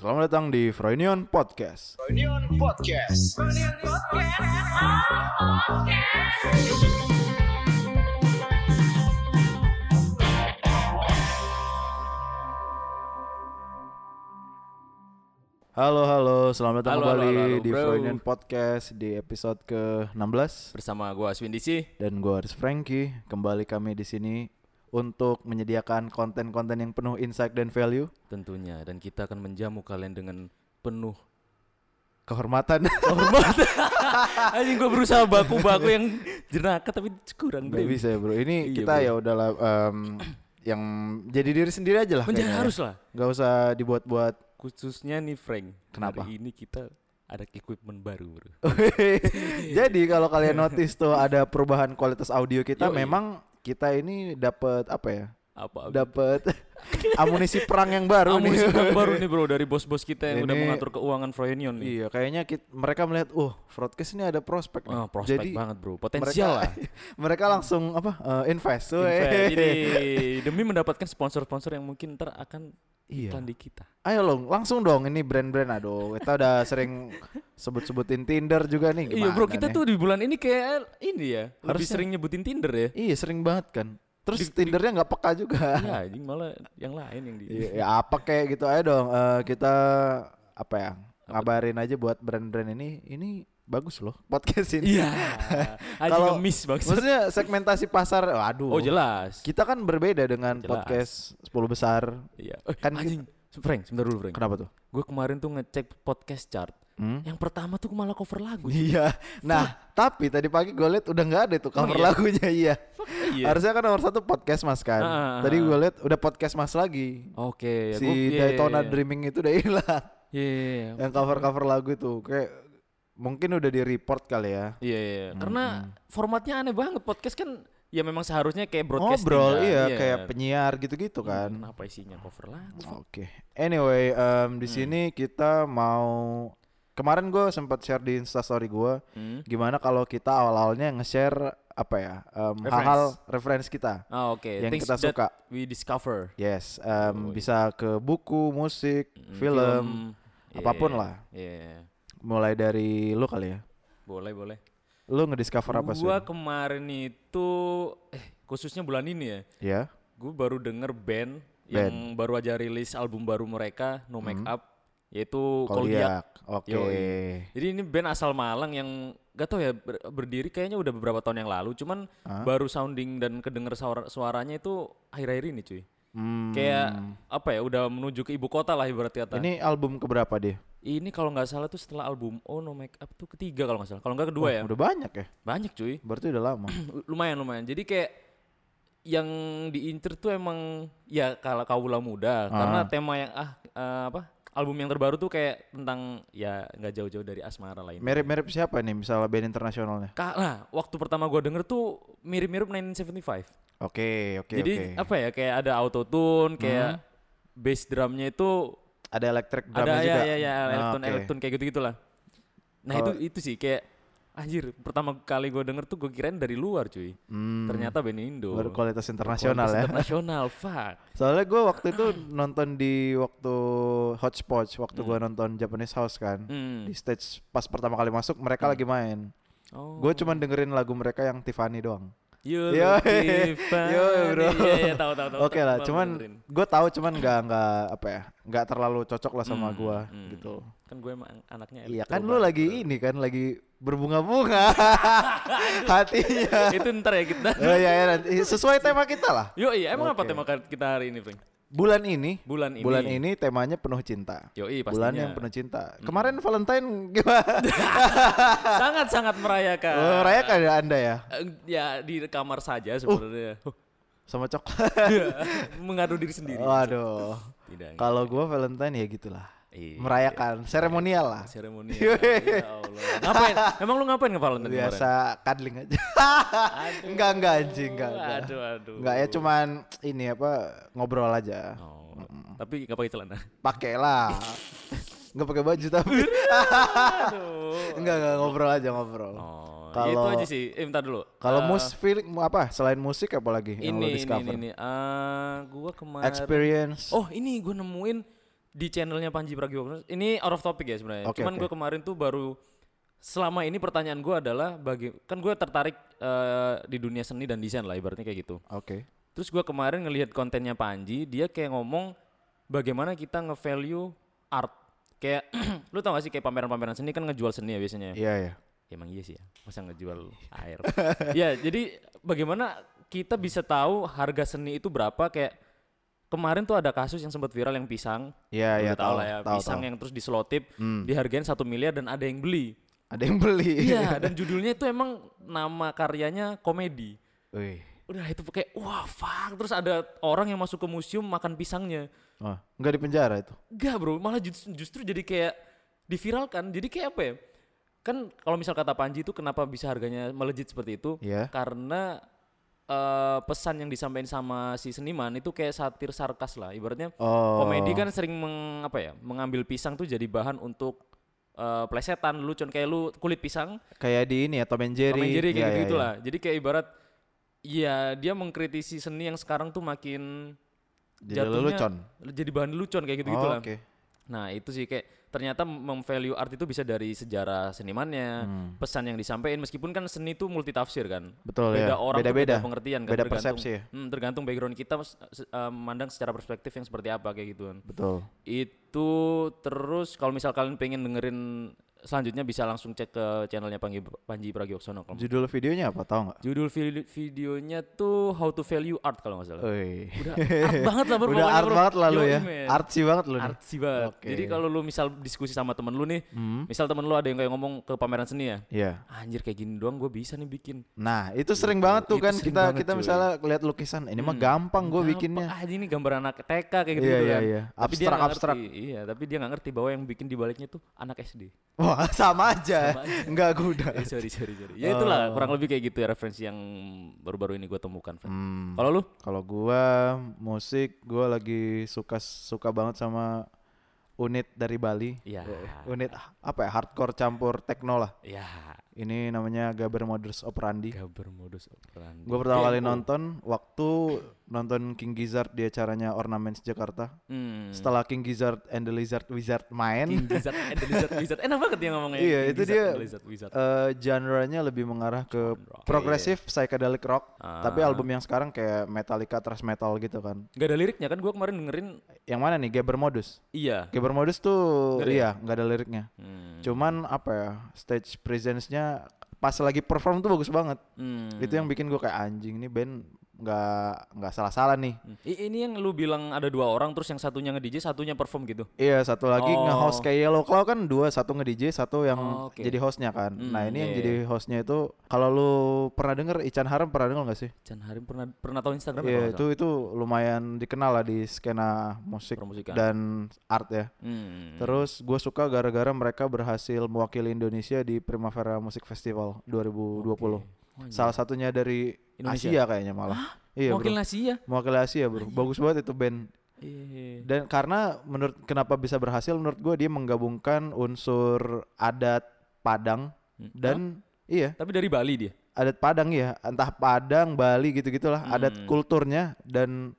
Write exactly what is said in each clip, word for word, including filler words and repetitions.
Selamat datang di Froynion Podcast. Froynion Podcast. Froynion Podcast. Halo halo, selamat datang Halo, kembali halo, halo, di bro. Froynion Podcast di episode ke enam belas Bersama gue Aswin D C. dan gue Aris Franky. Kembali kami di sini untuk menyediakan konten-konten yang penuh insight dan value, Tentunya. Dan kita akan menjamu kalian dengan penuh kehormatan. hormat. Anjing gue berusaha baku-baku yang jenaka tapi kurang Gak bro. bisa ya bro. Ini Iya, kita bro. ya udahlah em, yang jadi diri sendiri aja lah. Menjadi kayaknya. harus lah. Gak usah dibuat-buat. Khususnya nih Frank. Kenapa? Hari ini kita ada equipment baru bro. Jadi kalau kalian notice tuh ada perubahan kualitas audio kita, Yoi. memang kita ini dapat apa ya? Apa? Dapat amunisi perang yang baru nih. Amunisi yang baru nih bro dari bos-bos kita yang udah Ini- mengatur keuangan Froynion nih. Iya, kayaknya kit- mereka melihat, "Uh, broadcast ini ada prospek nih." Oh, prospek Jadi banget bro. Potensial mereka, lah. mereka langsung apa? eh, invest. Invest. Weh. Jadi demi mendapatkan sponsor-sponsor yang mungkin ntar akan Iya. iklan di kita. Ayo loh, langsung dong ini brand-brand. Aduh, kita udah sering sebut-sebutin Tinder juga nih. Iya bro, Gimana kita nih? tuh di bulan ini kayak ini ya, lebih Harusnya- sering nyebutin Tinder ya. Iya, sering banget kan. Terus Di- di- Tindernya nggak peka juga. Iya, anjing malah yang lain yang di. Iya, ya apa kayak gitu aja dong. Eh, kita apa ya? Ngabarin aja buat brand-brand ini. Ini bagus loh podcast ini. Iya. Anjing Kalau- ngemis banget. Maksudnya segmentasi pasar, waduh. Oh jelas. Kita kan berbeda dengan Jelas. podcast sepuluh besar. Iya. Eh, Kan anjing. Frank, sebentar dulu Frank. Kenapa tuh? Gue kemarin tuh ngecek podcast chart. Hmm? Yang pertama tuh malah cover lagu. Iya. Nah, tapi tadi pagi gue liat udah nggak ada tuh cover iya? lagunya. Iya. Iya. Harusnya kan nomor satu podcast mas kan. Ah, ah, Tadi ah. gue liat udah podcast mas lagi. Oke. ya Si gua- iya, Daytona iya, Dreaming itu udah hilang. Iya. iya, iya. Yang cover-cover lagu itu kayak mungkin udah di report kali ya. Iya, iya, iya. Karena formatnya aneh banget. Podcast kan ya memang seharusnya kayak broadcasting. Ngobrol, kan. iya, kayak penyiar gitu-gitu kan. Hmm, apa isinya cover lagu? Oke. Anyway, em, Hmm. di sini kita mau kemarin gue sempat share di Instastory gue Hmm. gimana kalau kita awal-awalnya nge-share apa ya em, Reference. hal-hal reference kita. Ah, oke. Yang Things kita that suka. we discover. Yes, em, Oh, bisa ke buku, musik, Mm, film, Iya, apapun iya, lah. Iya. Mulai dari lu kali ya. Boleh, boleh. Lu ngediscover apa sih? Gua kemarin itu eh khususnya bulan ini ya. Ya. Gue baru denger band, yang baru aja rilis album baru mereka No Make Up, yaitu Koldiak. Koldiak. Oke. Yoi. Jadi ini band asal Malang yang gak tau ya ber- berdiri kayaknya udah beberapa tahun yang lalu, cuman baru sounding dan kedenger suara- suaranya itu akhir-akhir ini cuy. Hmm, Kayak apa ya, udah menuju ke ibu kota lah ibarat kata. ini album keberapa dia? Ini kalau nggak salah tuh setelah album Oh No Make Up tuh ketiga kalau nggak salah. Kalau nggak kedua ya. Udah banyak ya? Banyak cuy. Berarti udah lama. lumayan lumayan. Jadi kayak yang diincer tuh emang ya kalau kaula muda karena tema yang ah eh, apa album yang terbaru tuh kayak tentang ya nggak jauh-jauh dari asmara lain. Mirip-mirip siapa nih misalnya band internasionalnya? Nah, waktu pertama gua denger tuh mirip-mirip sembilan belas tujuh puluh lima. Oke, oke, Jadi oke. apa ya kayak ada autotune, kayak bass drumnya itu Ada electric ada drumnya ya juga. ya ya Ah, elektron oke. elektron kayak gitu gitulah. Nah Kalau- itu itu sih kayak anjir pertama kali gue denger tuh gue kirain dari luar cuy. Hmm, Ternyata band Indo. berkualitas internasional Berkualitas ya. Internasional, fuck. Soalnya gue waktu itu nonton di waktu Hotspot, waktu Hmm. gue nonton Japanese House kan. Hmm. Di stage pas pertama kali masuk mereka lagi main. Oh. Gue cuman dengerin lagu mereka yang Tiffany doang. Yo, Yo, Tiffany. yo, bro. Iya, iya, tahu tahu tahu. Oke lah, Gua cuman dengerin. gue tahu cuman nggak nggak apa ya, nggak terlalu cocok lah sama Hmm, gue hmm. gitu. Kan gue emang anaknya Iya elektro kan lu banget, lagi bro. ini kan lagi berbunga-bunga hatinya. Itu ntar ya kita. Oh iya, iya nanti sesuai tema kita lah. Yo iya, emang apa Oke. tema kita hari ini, Frank? Bulan ini, Bulan ini. bulan ini temanya penuh cinta. Yoi, Bulan pastinya. yang penuh cinta. Kemarin Valentine gimana? Sangat-sangat merayakan. Oh, rayakan ya Anda ya Eh, ya di kamar saja sebenarnya. sama coklat. Mengadu diri sendiri. Waduh. Tidak. Kalau gua Valentine ya gitulah. Iya. Merayakan, seremonial lah. Seremonial. Ya Allah. Ngapain? Emang lu ngapain ke Valentine kemarin? Biasa cuddling aja. enggak enggak anjing, enggak. enggak. Aduh, aduh. Enggak ya cuman ini apa ngobrol aja. Oh, tapi nggak pakai celana. Pakailah. Enggak pakai baju tapi. Aduh. Enggak enggak ngobrol aja ngobrol. Oh, Kalau- itu aja sih. Eh, bentar dulu. Kalau Eh, mus feeling apa? Selain musik apa lagi yang lo ini ini discover? ini, ini. Eh, gua kemarin Experience. Oh, ini gua nemuin di channelnya Panji Pragiwaksono. Ini out of topic ya sebenarnya. Okay, Cuman okay. gue kemarin tuh baru selama ini pertanyaan gue adalah bagi kan gue tertarik uh, di dunia seni dan desain lah ibaratnya kayak gitu. Oke. Okay. Terus gue kemarin ngelihat kontennya Panji, dia kayak ngomong bagaimana kita nge-value art. Kayak lu tau gak sih kayak pameran-pameran seni kan ngejual seni ya biasanya. Iya yeah, iya. Yeah. Emang iya sih ya, masa ngejual air. Ya jadi bagaimana kita bisa tahu harga seni itu berapa kayak kemarin tuh ada kasus yang sempat viral yang pisang. Iya iya tahu tahu lah ya, tahu, pisang tahu. yang terus diselotip Hmm. dihargain satu miliar dan ada yang beli. Ada yang beli. Iya dan judulnya itu emang nama karyanya komedi. Wih. Udah itu kayak wah fuck, terus ada orang yang masuk ke museum makan pisangnya. Oh, nggak di penjara itu? Enggak bro, malah justru, justru jadi kayak diviralkan. Jadi kayak apa ya? Kan kalau misal kata Panji itu kenapa bisa harganya melejit seperti itu? Iya. Karena uh, pesan yang disampaikan sama si seniman itu kayak satir sarkas lah. Ibaratnya Oh. komedi kan sering meng, apa ya, mengambil pisang tuh jadi bahan untuk uh, plesetan, lucu kayak lu kulit pisang. Kayak di ini ya Tom and Jerry. Tom and Jerry kayak Iya, gitu iya, gitulah. Jadi kayak ibarat ya dia mengkritisi seni yang sekarang tuh makin Jadi jatuhnya lelucon. jadi bahan lelucon kayak gitu Oh, gitulah. Oke. Nah itu sih kayak ternyata mem-value art itu bisa dari sejarah senimannya, Hmm. pesan yang disampaikan meskipun kan seni itu multitafsir kan. Betul Beda ya. orang tuh Beda-beda. beda pengertian kan. Beda tergantung- persepsi ya. hmm, tergantung background kita mas- se- uh, memandang secara perspektif yang seperti apa kayak gitu kan. Betul. Itu terus kalau misal kalian pengen dengerin selanjutnya bisa langsung cek ke channelnya Panji, Panji Pragiwaksono. Kalau Judul videonya apa tahu nggak? judul vi- videonya tuh How to Value Art kalau nggak salah. Wih. Udah art banget lah bro. Udah pokoknya, art bro. banget lah lu Yoi, ya. man. Artsy banget lu nih. Artsy banget. Oke. Jadi kalau lu misal diskusi sama temen lu nih, Hmm. misal temen lu ada yang kayak ngomong ke pameran seni ya, Iya. anjir kayak gini doang gue bisa nih bikin. Nah, itu sering banget tuh Itu kan sering kita banget, kita cuy. misalnya lihat lukisan, ini mah Hmm. gampang gue Gampang, bikinnya. Ah ini gambar anak T K kayak gitu, Iya, gitu iya, kan. iya. Tapi dia nggak Abstrak-abstrak. ngerti. Iya, tapi dia nggak ngerti bahwa yang bikin di baliknya tuh anak S D. Wah, sama aja. Sama aja. Enggak kuda. Eh, sorry sorry sorry. Ya itulah Oh. kurang lebih kayak gitu ya referensi yang baru-baru ini gue temukan. Fred. Hmm. Kalau lu? Kalau gua musik, gua lagi suka suka banget sama unit dari Bali. Iya. Unit apa ya? Hardcore campur techno lah. Ya. Ini namanya Gaber Modus Operandi. Gaber modus operandi. Gue pertama kali G M O. nonton waktu nonton King Gizzard di acaranya Ornaments Jakarta. Hmm. Setelah King Gizzard and the Lizard Wizard main, King Gizzard and the Lizard Wizard. Enak banget dia ngomongnya. Iya, King itu Gizzard dia, and the Lizard Wizard. eh genre-nya lebih mengarah ke Genre. progresif psychedelic rock. Ah. Tapi album yang sekarang kayak Metallica thrash metal gitu kan. Gak ada liriknya kan? Gue kemarin dengerin. Yang mana nih? Gaber Modus. Iya. Gaber Modus tuh Nggak ada iya nggak ada liriknya. Hmm. Cuman apa ya? Stage presence-nya pas lagi perform tuh bagus banget. Hmm. Itu yang bikin gue kayak anjing nih band nggak nggak salah-salah nih. Hmm. I- ini yang lu bilang ada dua orang terus yang satunya nge-D J, satunya perform gitu. Iya satu lagi Oh. nge-host kayak Yellow Claw kan dua, satu nge-D J, satu yang Oh, oke. jadi hostnya kan. Hmm, Nah ini yang iya, jadi hostnya itu kalau lu pernah denger Ican Haram pernah denger gak sih? Chan Harim pernah pernah tahu Instagram Iya itu itu lumayan dikenal lah di skena musik Permusikan. dan art ya. Hmm. Terus gue suka gara-gara mereka berhasil mewakili Indonesia di Primavera Music Festival dua ribu dua puluh. Oh, iya. Salah satunya dari Indonesia? Asia kayaknya malah. Iya Mewakili bro. Asia. Mewakili Asia bro. Bagus banget itu band. Iya. Dan karena menurut kenapa bisa berhasil menurut gue dia menggabungkan unsur adat Padang Hmm. dan iya Tapi dari Bali dia. adat Padang ya entah Padang Bali gitu-gitulah Hmm. adat kulturnya dan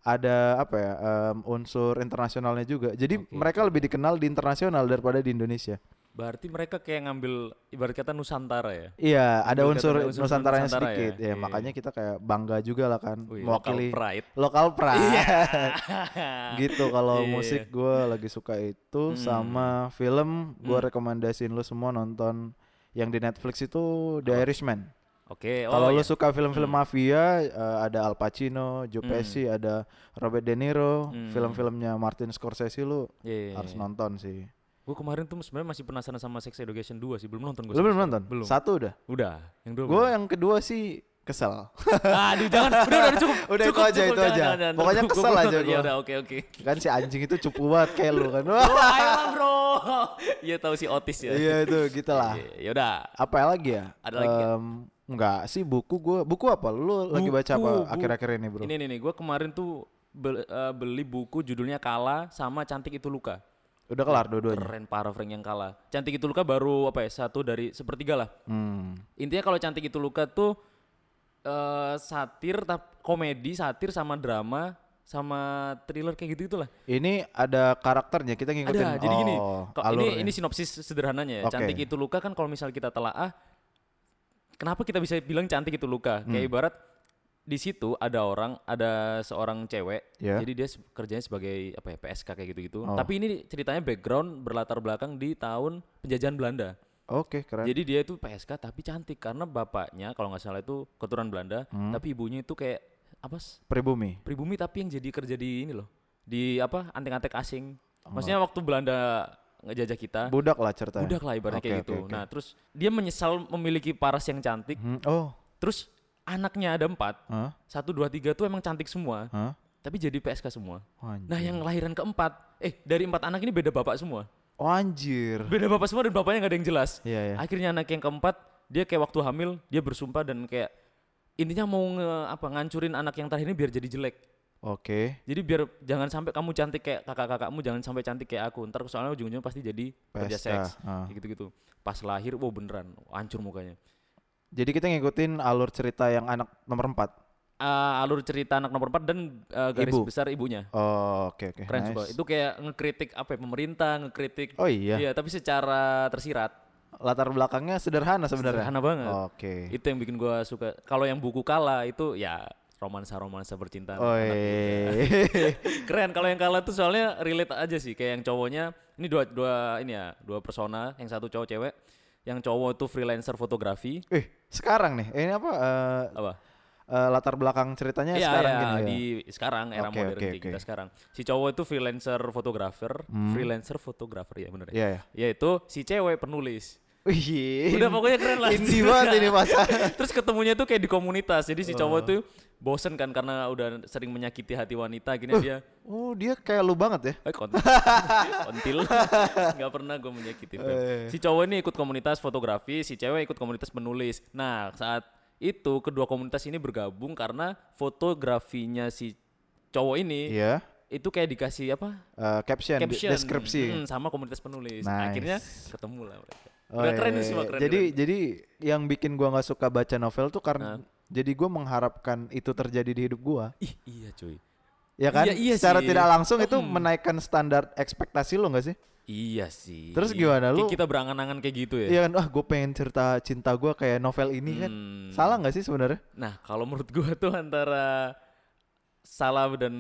ada apa ya em, unsur internasionalnya juga. Jadi Oke, mereka lebih dikenal di internasional daripada di Indonesia. Berarti mereka kayak ngambil ibarat kata Nusantara ya. Iya, ada Ambil unsur, kata- unsur Nusantaranya Nusantara ya? sedikit. Ya, Iya. makanya kita kayak bangga juga lah kan Wih, mewakili local pride. lokal pride. gitu kalau Iya. musik gue lagi suka itu Hmm. sama film gue Hmm. rekomendasiin lu semua nonton yang di Netflix itu The Irishman. Oke, oh Kalau lu iya. suka film-film Hmm. mafia eh, ada Al Pacino, Joe Hmm. Pesci, ada Robert De Niro, Hmm. film-filmnya Martin Scorsese lu Iya, iya, harus iya. nonton sih. Gue kemarin tuh sebenarnya masih penasaran sama Sex Education dua sih, belum nonton gue. Lu belum nonton? Belum. Satu udah. Udah, yang dua. Gue belum. yang kedua sih kesel. Aduh, jangan. Udah, udah, udah, cukup. Udah, itu cukup, aja, cukup, itu jangan, aja. jangan, jangan. Pokoknya Gua- kesel gua aja nonton. gua. Ya udah, oke, oke. Kan si anjing itu cupu banget kayak lu kan. Oh, ayolah, Bro. Iya, tahu si Otis ya. Iya itu gitu lah. Ya udah. Apa lagi ya? Ada lagi nggak? Em, enggak sih buku gue. Buku apa? Lu lagi baca apa Buku, bu- akhir-akhir ini bro? Ini nih, nih gue kemarin tuh be- eh, beli buku judulnya Kala sama Cantik Itu Luka. Udah kelar dua-duanya. Keren parah Frank yang Kala. Cantik Itu Luka baru apa ya? Satu dari sepertiga lah. Hmm. Intinya kalau Cantik Itu Luka tuh eh, satir, tap, komedi, satir sama drama sama thriller kayak gitu itulah. Ini ada karakternya kita ngikutin. Ada. Jadi gini, oh, kok ini alurnya. ini sinopsis sederhananya ya. Oke. Cantik itu luka kan kalau misal kita telaah, kenapa kita bisa bilang cantik itu luka? Hmm. Kayak ibarat di situ ada orang, ada seorang cewek, Ya. jadi dia se- kerjanya sebagai apa ya P S K kayak gitu-gitu. Oh. Tapi ini ceritanya background berlatar belakang di tahun penjajahan Belanda. Oke, keren. Jadi dia itu P S K tapi cantik karena bapaknya kalau nggak salah itu keturunan Belanda, Hmm. tapi ibunya itu kayak apa? s- Pribumi. Pribumi tapi yang jadi kerja di ini loh, di apa antek-antek asing. Oh. Maksudnya waktu Belanda ngejajah kita, Budak lah ceritanya. budak lah ibaratnya Oke, kayak oke, gitu. oke. Nah terus dia menyesal memiliki paras yang cantik. Hmm, Oh. Terus anaknya ada empat, Hah? satu dua tiga tuh emang cantik semua, Hah? tapi jadi P S K semua. Oh, anjir. Nah yang lahiran keempat, eh dari empat anak ini beda bapak semua, Oh, anjir. beda bapak semua dan bapaknya nggak ada yang jelas. Iya, iya. Akhirnya anak yang keempat dia kayak waktu hamil dia bersumpah dan kayak intinya mau nge, apa ngancurin anak yang terakhir ini biar jadi jelek. Oke. Jadi biar jangan sampai kamu cantik kayak kakak-kakakmu, jangan sampai cantik kayak aku. Ntar soalnya ujung-ujungnya pasti jadi kerja P S K, seks, ah. kayak gitu-gitu. Pas lahir, wow beneran, hancur mukanya. Jadi kita ngikutin alur cerita yang anak nomor empat. Uh, alur cerita anak nomor empat dan uh, garis Ibu. besar ibunya. Oh, oke oke. Keren Nice. sumpah. Itu kayak ngekritik apa ya, pemerintah, ngekritik. Oh iya. Iya, tapi secara tersirat. Latar belakangnya sederhana sebenarnya. Sederhana banget. Oke. Itu yang bikin gua suka. Kalau yang buku Kala itu ya romansa-romansa percintaan. Oh, anak gitu. iya. Keren kalau yang Kala tuh soalnya relate aja sih kayak yang cowoknya ini dua dua ini ya, dua persona, yang satu cowok cewek. Yang cowok tuh freelancer fotografi. Eh, sekarang nih. Ini apa? eh, Apa? eh, latar belakang ceritanya Iya, sekarang iya, gini ya. di sekarang era Oke, modern oke, kayak oke. kita sekarang. Si cowok itu freelancer fotografer, Hmm. freelancer fotografer ya bener ya. Iya, iya. Yaitu si cewek penulis. Wih. Udah pokoknya keren lah. Indie banget ini masa. Terus ketemunya tuh kayak di komunitas. Jadi si cowok Oh. tuh bosen kan karena udah sering menyakiti hati wanita gini Uh. dia. Oh, dia kayak lu banget ya. Eh kontil. kontil. Gak pernah gue menyakiti. Bro. Eh. Si cowok ini ikut komunitas fotografi, si cewek ikut komunitas penulis. Nah, saat itu kedua komunitas ini bergabung karena fotografinya si cowok ini Iya. itu kayak dikasih apa? Eh, caption, de- Caption. deskripsi. Hmm, sama komunitas penulis. Nice. Akhirnya ketemu lah mereka. Oh, Udah keren iya, sih semua iya. keren. Jadi keren. jadi yang bikin gua nggak suka baca novel tuh karena Hah? jadi gua mengharapkan itu terjadi di hidup gua. Ih, iya cuy. Ya kan? Iya, iya Secara sih. tidak langsung itu Mm. menaikkan standar ekspektasi lo nggak sih? Iya sih. Terus gimana, lu- Kayak kita berangan-angan kayak gitu ya. Iya kan? Ah, gue pengen cerita cinta gua kayak novel ini kan. Hmm. Salah nggak sih sebenarnya? Nah, kalau menurut gua tuh antara salah dan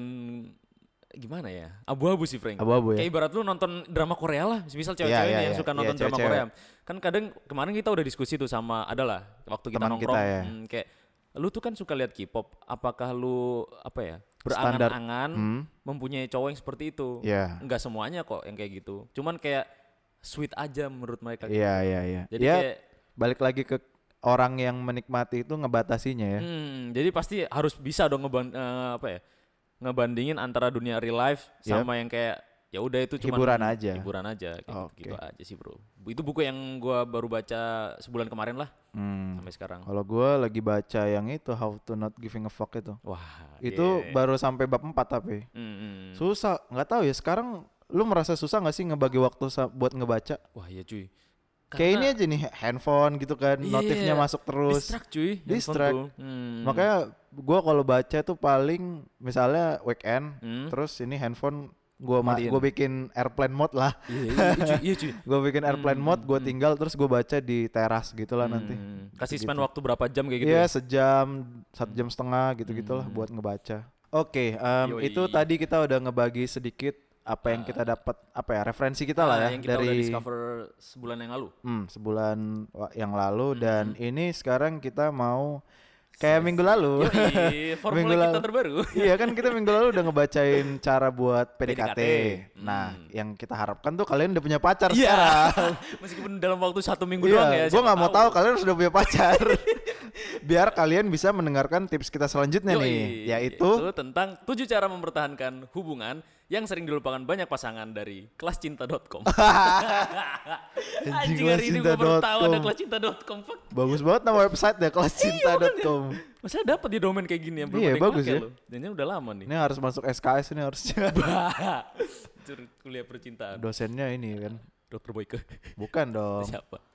gimana ya? Abu-abu sih, Frank. Abu-abu ya. Kayak ibarat lu nonton drama Korea lah, misal cewek-cewek Iya, iya, nih yang iya. suka Iya, nonton drama Korea. cewek-cewek. Kan kadang kemarin kita udah diskusi tuh sama adalah waktu kita Teman nongkrong kita ya. hmm, kayak lu tuh kan suka lihat K-pop, apakah lu apa ya? Standar. Berangan-angan Hmm. mempunyai cowok yang seperti itu. Iya. Enggak semuanya kok yang kayak gitu. Cuman kayak sweet aja menurut mereka. Iya, iya, iya. Jadi Ya, kayak balik lagi ke orang yang menikmati itu ngebatasinya ya. Hmm, jadi pasti harus bisa dong ngeban eh, apa ya? Ngebandingin antara dunia real life Yep. sama yang kayak ya udah itu cuma Hiburan aja. Hiburan aja kayak Oke. gitu aja sih, Bro. Itu buku yang gua baru baca sebulan kemarin lah Hmm. sampai sekarang. Kalau gua lagi baca yang itu How to Not Giving a Fuck itu. Wah, Itu iya. baru sampai bab empat tapi. Hmm, hmm. Susah, nggak tahu ya sekarang lu merasa susah nggak sih ngebagi waktu sa- buat ngebaca? Wah, iya cuy. Kayak ini Karena- aja nih handphone gitu kan, Iya, notifnya masuk terus. Distract cuy. handphone Distract. tuh. Hmm. Makanya gua kalau baca tuh paling misalnya weekend, Hmm. terus ini handphone gua ma- Matiin. gua bikin airplane mode lah. Iya, iya, iya, cuy, iya cuy. Gua bikin airplane Hmm, mode, gua hmm. tinggal terus gua baca di teras gitulah nanti. Hmm. Kasih Gitu-gitu. spend waktu berapa jam kayak gitu Iya ya? sejam, satu jam setengah gitu-gitulah Hmm. buat ngebaca. Oke, em, Yoi. itu tadi kita udah ngebagi sedikit apa yang kita dapat, apa ya referensi kita lah Ah, ya yang kita udah dari discover sebulan yang lalu. hmm, sebulan wa- yang lalu dan Hmm. ini sekarang kita mau kayak minggu lalu. Yoi, formula Minggu kita lalu. terbaru. Iya kan kita minggu lalu udah ngebacain cara buat P D K T. P D K T. Nah, Hmm. yang kita harapkan tuh kalian udah punya pacar Iya. sekarang. Meskipun dalam waktu satu minggu doang Iya, ya. gue siapa nggak mau tahu kalian sudah punya pacar. Biar kalian bisa mendengarkan tips kita selanjutnya Yoi, nih, yaitu tentang tujuh cara mempertahankan hubungan yang sering dilupakan banyak pasangan dari kelascinta dot com. Anjing hari ini gue baru tahu ada kelascinta dot com. Fuck. bagus banget nama website ya kelascinta dot com. Masa dapat di domain kayak gini ya? Belum Iya, ada yang bagus pakai ya. loh. Dan ini udah lama nih. Ini harus masuk S K S ini harusnya. Cur- kuliah percintaan. Dosennya ini kan. Dokter Boyke. Bukan dong. Siapa?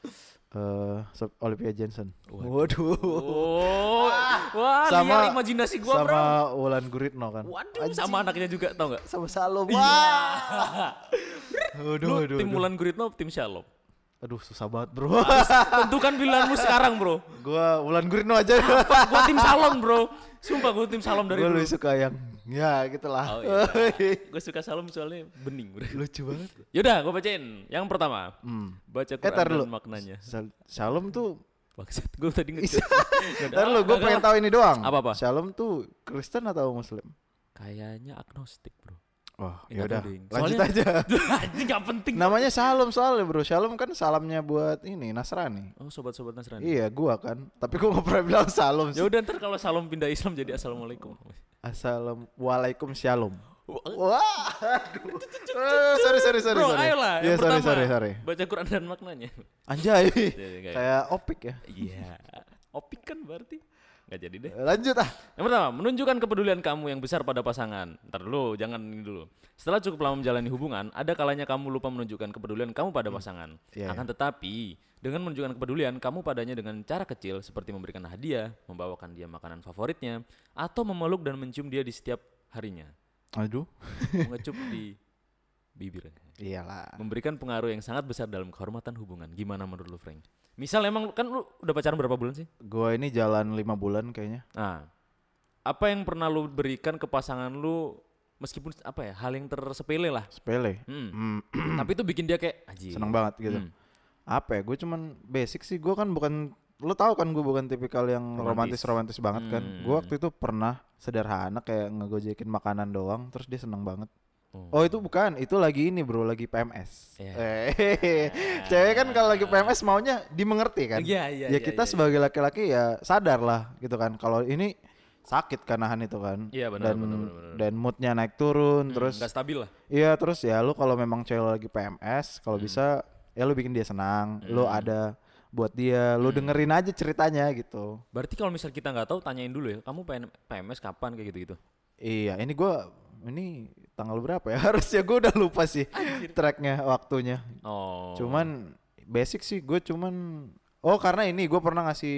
Eh, so- Olivia Jensen. Waduh. Waduh. Oh, wah, Sama- liar imajinasi gua, Bro. Sama Wulan Guritno kan. Waduh, sama anaknya juga tau gak? Sama Salom. Iya. Wah. Waduh, Lu waduh, tim waduh. Wulan Guritno, tim Shalom. Aduh, susah banget, Bro. Tentukan pilihanmu sekarang, Bro. Gua Wulan Guritno aja. Gua tim Salom, Bro. Sumpah gua tim Salom dari Gue dulu. lebih suka yang ya gitulah. Oh, iya. Gue suka Salom soalnya bening, Bro. Lucu banget. Yaudah, gue bacain. Yang pertama, Hmm. baca Eh, Quran tar dan dulu. maknanya. Sal- Shalom tuh Bangsat, gue tadi nge Ntar lu, gue pengen tahu ini doang. Apa-apa? Shalom tuh Kristen atau Muslim? Kayaknya agnostik, Bro. Oh, Ya, ya udah. nggak penting. Lanjut Soalnya- aja. Anjing gak penting. Namanya Shalom soalnya, Bro. Shalom kan salamnya buat ini Nasrani. Oh, sobat-sobat Nasrani. Iya, gua kan. Tapi gua gak pernah bilang Shalom Ya sih. udah ntar kalau Salom pindah Islam jadi Assalamualaikum. Assalamualaikum Shalom. Wah, Wah, aduh. Eh, sorry, sorry, sorry. Bro, sorry. ayolah. Iya, Yang sorry, pertama, sorry, sorry. baca Quran dan maknanya. Anjay. Jadi kayak- Kayak opik ya. Iya. Opik kan berarti. Gak jadi deh. Eh, Lanjut ah. Yang pertama, menunjukkan kepedulian kamu yang besar pada pasangan. Ntar dulu, jangan ini dulu. Setelah cukup lama menjalani hubungan, ada kalanya kamu lupa menunjukkan kepedulian kamu pada pasangan. Iya, Akan tetapi, dengan menunjukkan kepedulian kamu padanya dengan cara kecil seperti memberikan hadiah, membawakan dia makanan favoritnya, atau memeluk dan mencium dia di setiap harinya. Aduh. Mengecup di bibir. Iyalah. Memberikan pengaruh yang sangat besar dalam kehormatan hubungan. Gimana menurut lu, Frank? Misal emang kan lu udah pacaran berapa bulan sih? Gua ini jalan lima bulan kayaknya. Nah, apa yang pernah lu berikan ke pasangan lu meskipun apa ya hal yang tersepele lah, Sepele. hmm. Hmm. tapi itu bikin dia kayak anjir. Seneng banget gitu. Hmm. Apa ya? Gue cuman basic sih. Gue kan bukan, lo tahu kan gue bukan tipikal yang Romantis. romantis romantis banget kan. Hmm. Gue waktu itu pernah sederhana kayak ngegojekin makanan doang, terus dia seneng banget. Oh. Oh itu bukan, itu lagi ini bro, lagi P M S. Iya. Eh, cewek kan kalau lagi P M S maunya dimengerti kan. Iya, iya, Ya iya, kita iya, sebagai laki-laki ya sadar lah gitu kan. Kalau ini sakit kan nahan itu kan. Iya, benar, dan benar, benar, benar. dan moodnya naik turun, Hmm, terus nggak stabil lah. iya terus ya lu kalau memang cewek lu lagi P M S, kalau Hmm. bisa ya lu bikin dia senang, lu Hmm. ada buat dia, lu Hmm. dengerin aja ceritanya gitu. Berarti kalau misal kita nggak tahu tanyain dulu ya, kamu P M S kapan kayak gitu-gitu. Iya, ini gua ini tanggal berapa ya? Harusnya gua udah lupa sih tracknya, waktunya. Oh. Cuman basic sih gue cuman oh karena ini gue pernah ngasih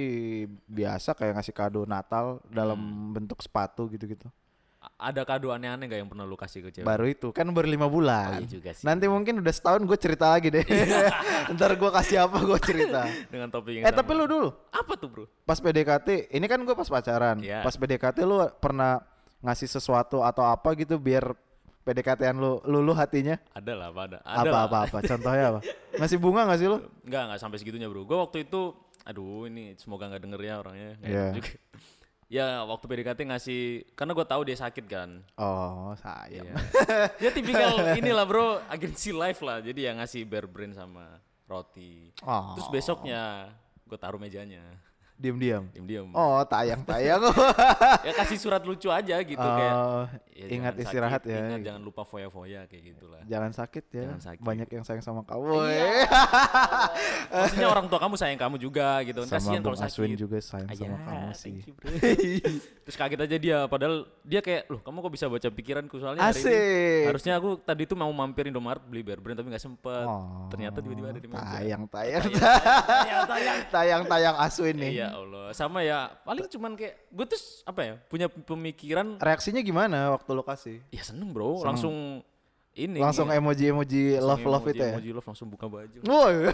biasa kayak ngasih kado Natal dalam Hmm. bentuk sepatu gitu-gitu. A- ada kado aneh-aneh gak yang pernah lu kasih ke cewek? Baru itu kan baru lima bulan. Oh, iya juga sih. Nanti mungkin udah setahun gue cerita lagi deh. Ntar gue kasih apa gue cerita. Dengan topik yang Eh sama. tapi lu dulu Apa tuh, Bro? pas P D K T, ini kan gue pas pacaran. Iya. Pas P D K T lu pernah ngasih sesuatu atau apa gitu biar P D K T-an lu luluh hatinya? Ada lah, apa ada. Ada Apa lah. apa apa? Contohnya apa? Ngasih bunga nggak sih lu? Enggak, enggak sampai segitunya, Bro. Gue waktu itu, aduh ini semoga nggak denger ya orangnya. Nggak Iya. enak juga. Ya waktu P D K T ngasih, karena gue tahu dia sakit kan. Oh sayang. Iya. Dia tipikal inilah bro, agensi live lah. Jadi ya ngasih bear brand sama roti. Oh. Terus besoknya gue taruh mejanya, Diam-diam. diam-diam. Oh tayang-tayang. Ya kasih surat lucu aja gitu kayak. Oh, ya ingat jangan istirahat sakit, ya. Ingat gitu. jangan lupa foya-foya kayak gitulah. Jangan sakit ya. Jangan sakit. Banyak yang sayang sama kamu. Iya. weh. Maksudnya orang tua kamu sayang kamu juga gitu. Sama Kasihan kalau Bung Aswin sakit. juga sayang Ah, sama ya, kamu thank sih. you, bro. Terus kaget aja dia, padahal dia kayak, loh kamu kok bisa baca pikiranku soalnya hari ini Asik. harusnya aku tadi tuh mau mampir Indomaret beli bear brand tapi nggak sempet. Oh, Ternyata tiba-tiba ada di meja. Tayang, tayang, Tayang, tayang. tayang, tayang Aswin nih. Iya Allah, sama ya. Paling cuman kayak gue tuh apa ya punya pemikiran. Reaksinya gimana waktu lo kasih? Ya seneng bro, Seneng. langsung ini. Langsung ya, emoji-emoji langsung love-love emoji, itu ya? Emoji love langsung buka baju. Woi,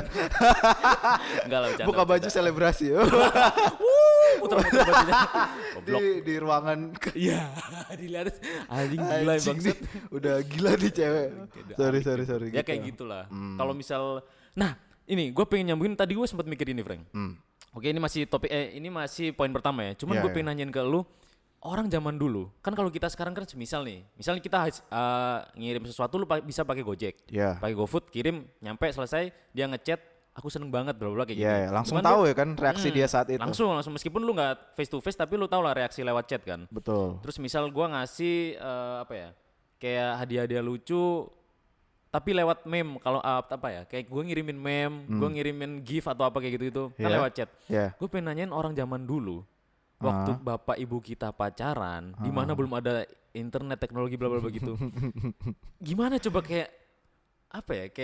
Enggak lah bercanda. buka baju bercanda. selebrasi. Putar-putar bajunya. Goblok. di di ruangan. Iya, dilihat anjing gila Anjing bangsat. nih, udah gila nih cewek. Udah Sorry, alik sorry, gitu. sorry. Ya gitu. kayak gitulah. Hmm. Kalau misal, nah ini gue pengen nyambungin tadi gue sempat mikir ini, Frank. Hmm. Oke, ini masih topik, eh ini masih poin pertama ya. Cuman Iya, gue iya. pengen nanyain ke lu, orang zaman dulu, kan kalau kita sekarang kan semisal nih, misalnya kita uh, ngirim sesuatu lu pa- bisa pakai Gojek, Ya. pakai GoFood, kirim, nyampe selesai, dia ngechat, aku seneng banget, bla bla bla kayak Iya, gitu. iya, langsung Cuman tahu lu- ya kan reaksi Hmm, dia saat itu. Langsung, langsung meskipun lu nggak face to face, tapi lu tau lah reaksi lewat chat kan. Betul. Terus misal gua ngasih eh, apa ya, kayak hadiah-hadiah lucu, tapi lewat meme kalau uh, apa ya, kayak gue ngirimin meme, gue ngirimin gif atau apa kayak gitu itu kan Iya. lewat chat. Ya. Gue pengen nanyain orang zaman dulu, waktu bapak ibu kita pacaran, di mana belum ada internet teknologi bla bla bla gitu. Gimana coba kayak apa ya, kayak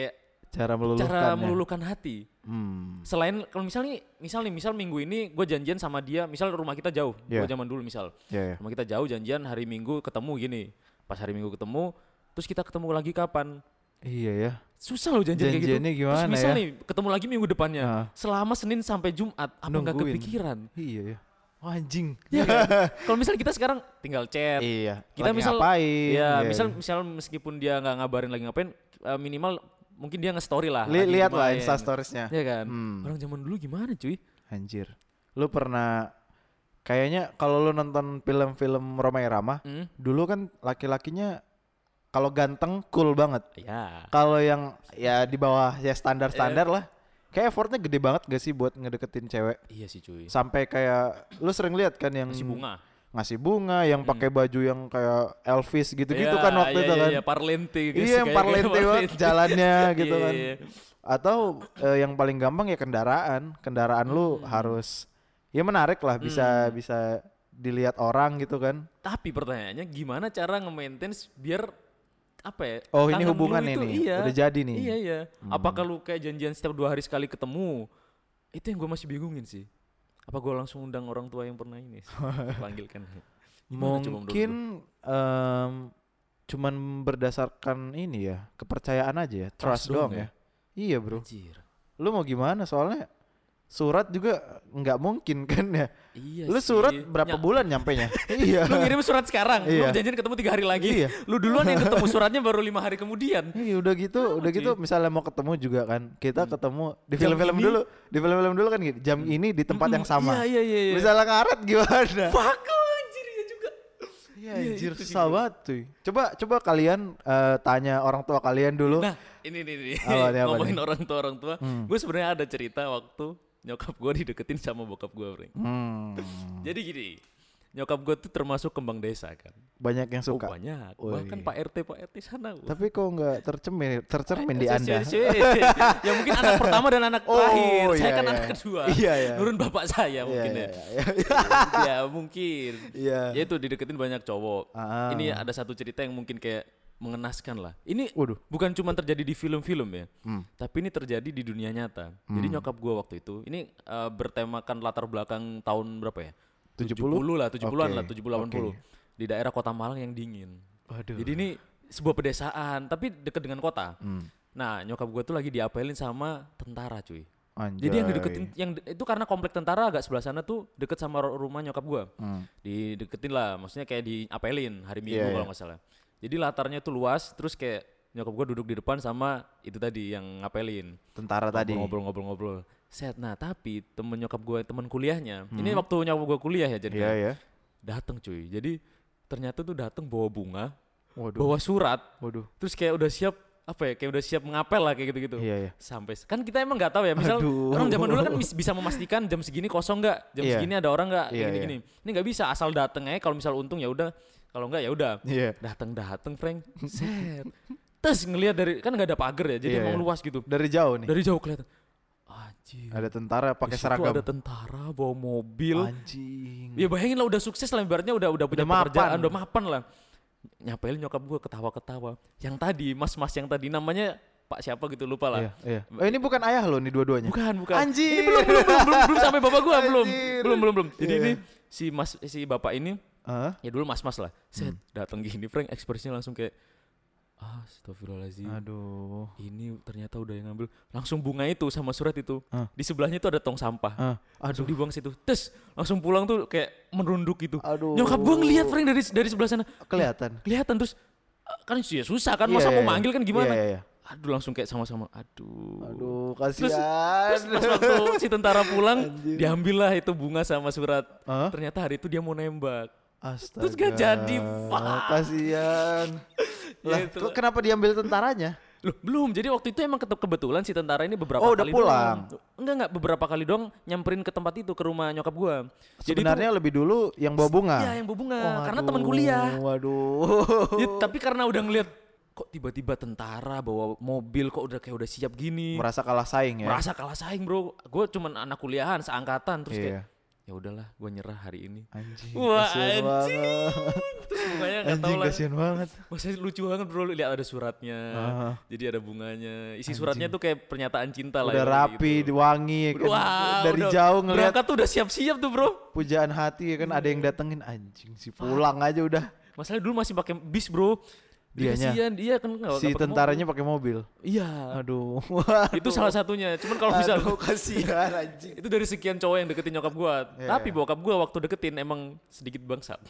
Cara meluluhkan. cara meluluhkan hati. Hmm. Selain kalau misalnya misal nih misal minggu ini gue janjian sama dia, misal rumah kita jauh, Yeah. gue zaman dulu misal Yeah, yeah. rumah kita jauh, janjian hari Minggu ketemu gini, pas hari Minggu ketemu, terus kita ketemu lagi kapan? Iya ya. Susah loh janjian kayak gitu. Janjiannya gimana Terus misal ya? nih ketemu lagi minggu depannya, Nah. selama Senin sampai Jumat, apa nggak Nungguin. kepikiran? Iya ya. Oh, anjing. Ya kan? Kalau misal kita sekarang tinggal chat, Iya. kita Lagi misal, ngapain? ya Iya, misal iya. misal meskipun dia nggak ngabarin lagi ngapain, uh, minimal mungkin dia nge-story lah. Li- lagi lihat lah main. Insta storiesnya. Ya kan. Hmm. Orang zaman dulu gimana cuy? Anjir. Lu pernah kayaknya kalau lu nonton film-film Roma Irama, Hmm? dulu kan laki-lakinya kalau ganteng cool banget. Ya. Kalau yang ya di bawah ya standar-standar lah. Kayak effortnya gede banget gak sih buat ngedeketin cewek? Iya sih cuy. Sampai kayak lu sering lihat kan yang Ngasih bunga. ngasih bunga, yang pakai baju yang kayak Elvis gitu-gitu Ya, kan waktu iya, itu iya, kan. Iya, parlente guys. Iya, yang Kayak- parlente kayak banget jalannya gitu Iya, kan. iya. Atau eh, yang paling gampang ya kendaraan. Kendaraan lu harus ya menarik lah, bisa Hmm. bisa dilihat orang gitu kan. Tapi pertanyaannya gimana cara nge-maintain biar apa ya? Oh, ini tangan lu hubungan itu, ini, iya, udah jadi nih. Iya iya. Apakah lu kayak janjian setiap dua hari sekali ketemu? Itu yang gue masih bingungin sih. Apa gue langsung undang orang tua yang pernah ini? Panggilkan. Gimana coba menurut lu? Mungkin em, cuman berdasarkan ini ya, kepercayaan aja ya, trust, Trust doang doang ya? ya. Iya bro, Anjir. lu mau gimana soalnya surat juga nggak mungkin kan ya. Iya Lu sih. surat berapa Nya- bulan nyampenya? Iya. Lu ngirim surat sekarang, Iya. lu janjian ketemu tiga hari lagi. Iya. Lu duluan yang ketemu suratnya baru lima hari kemudian. Iya udah gitu, Sama, udah gitu cuy. misalnya mau ketemu juga kan, kita ketemu di Jam film-film ini? dulu, di film-film dulu kan gitu, jam ini di tempat yang sama. Iya iya iya. iya. Misalnya karet gimana? Fuck anjir ya juga. Iya Iya, anjir itu sih, susah bro. banget tuh. Coba coba kalian eh, tanya orang tua kalian dulu. Nah, ini nih, nih. Apa nih, apa ngomongin nih? orang tua orang tua. Hmm. Gue sebenarnya ada cerita waktu nyokap gue dideketin sama bokap gue, Bro. Hmm, Jadi gini, nyokap gue tuh termasuk kembang desa kan. banyak yang Oh, suka. banyak. Woi. Bahkan Pak R T Pak R T sana. wah. Tapi kok nggak tercermin tercermin di Eh, Anda? cuy, cuy. Ya mungkin anak pertama dan anak Oh, terakhir. Saya iya, kan iya. anak kedua. Iya, iya. Nurun bapak saya Iya, mungkin iya, ya. iya, iya. Ya mungkin. Iya. Ya itu dideketin banyak cowok. Ah. Ini ada satu cerita yang mungkin kayak mengenaskan lah. Ini Waduh. bukan cuma terjadi di film-film ya, Hmm. tapi ini terjadi di dunia nyata. Jadi nyokap gue waktu itu, ini eh, bertemakan latar belakang tahun berapa ya? tujuh puluh? lah, tujuh puluhan Oke, lah, tujuh puluh delapan puluh. oke. Di daerah Kota Malang yang dingin. Waduh. Jadi ini sebuah pedesaan, tapi dekat dengan kota. Hmm. Nah, nyokap gue tuh lagi diapelin sama tentara, cuy. Anjay. Jadi yang dideketin, yang de- itu karena komplek tentara agak sebelah sana tuh deket sama ru- rumah nyokap gue. Hmm. Dideketin lah, maksudnya kayak diapelin hari Minggu Iya, kalau iya. nggak salah. Jadi latarnya tuh luas, terus kayak nyokap gue duduk di depan sama itu tadi yang ngapelin. Tentara tadi. Ngobrol-ngobrol-ngobrol. Set, nah tapi temen nyokap gue, temen kuliahnya, ini waktu nyokap gue kuliah ya jadi. Hmm. Iya ya. Dateng cuy, jadi ternyata tuh dateng bawa bunga, Waduh. bawa surat, Waduh. terus kayak udah siap apa ya, kayak udah siap mengapel lah kayak gitu-gitu. Iya ya. Sampai kan kita emang nggak tahu ya, misal Aduh. orang zaman dulu kan bis- bisa memastikan jam segini kosong nggak, jam Iya. segini ada orang nggak, kayak Iya, gini-gini. Ini nggak bisa, asal dateng aja. Kalau misal untung ya udah, kalau nggak ya udah. Iya. Dateng-dateng, Frank. Set. Terus ngelihat dari kan nggak ada pagar ya, jadi Iya, emang iya. luas gitu. Dari jauh nih. Dari jauh kelihatan. Anjir. Ada tentara pakai Di situ seragam. ada tentara bawa mobil. Anjing. Ya bayangin lah udah sukses lah, ibaratnya udah udah punya Udah mapan. pekerjaan, udah mapan lah. Nyapelin nyokap gue ketawa-ketawa. Yang tadi, mas-mas yang tadi namanya Pak siapa gitu lupa lah. Iya, iya. Oh, ini bukan ayah lo nih dua-duanya. Bukan, bukan. Anjir. Ini belum belum belum belum, belum sampai bapak gua belum. Anjir. Belum belum belum. Jadi Iya. ini si Mas si bapak ini Hah? ya dulu mas-mas lah. Set Hmm. datang gini Frank, ekspresinya langsung kayak ah, astagfirullahaladzim. Aduh. Ini ternyata udah yang ngambil. Langsung bunga itu sama surat itu. Ah. Di sebelahnya tuh ada tong sampah. Ah, Langsung aduh. dibuang situ. Terus langsung pulang tuh kayak merunduk gitu. Aduh. Nyokap gua ngelihat Frank dari dari sebelah sana. Kelihatan. Kelihatan terus ah, kan ya susah kan, Iya, masa iya, mau manggil kan gimana? Iya, iya, iya. Aduh langsung kayak sama-sama. Aduh. Aduh, Terus, kasihan. terus pas waktu si tentara pulang, Anjir. diambillah itu bunga sama surat. Hah? Ternyata hari itu dia mau nembak. Astaga. Terus gak jadi, fuck. Kasihan. Ya Lah, itu. kok kenapa diambil tentaranya? Loh, belum. Jadi waktu itu emang ke- kebetulan si tentara ini beberapa Oh, udah kali pulang. doang. Enggak enggak beberapa kali dong nyamperin ke tempat itu, ke rumah nyokap gua. Jadi Sebenarnya lebih dulu yang bawa bunga. Iya, yang bawa bunga. Oh, Karena aduh, teman kuliah. Waduh. Ya, tapi karena udah ngeliat kok tiba-tiba tentara bawa mobil kok udah kayak udah siap gini. Merasa kalah saing ya. Merasa kalah saing, Bro. Gue cuman anak kuliahan seangkatan terus Iya. kayak ya udahlah, gue nyerah hari ini. Anjing. Wah, kasihan anjing. banget. Terus bunganya nggak tahu Anjing lah. kasihan banget. Masa lucu banget bro, lihat ada suratnya. Ah. Jadi ada bunganya. Isi suratnya tuh kayak pernyataan cinta lah. Udah ya, rapi, gitu. wangi ya kan. Wah, Dari udah jauh ngeliat berangkat tuh udah siap-siap tuh bro. pujaan hati ya kan, ada yang datengin anjing si pulang aja udah. Masalahnya dulu masih pakai bis bro. Dia Dianya. kasihan, dia kan nggak Si nggak pakai tentaranya mobil. pakai mobil. Iya. Aduh. Itu salah satunya. Cuman kalau bisa Aduh, kasihan anjing. itu dari sekian cowok yang deketin nyokap gua. Iya, Tapi iya. bokap gua waktu deketin emang sedikit bangsat.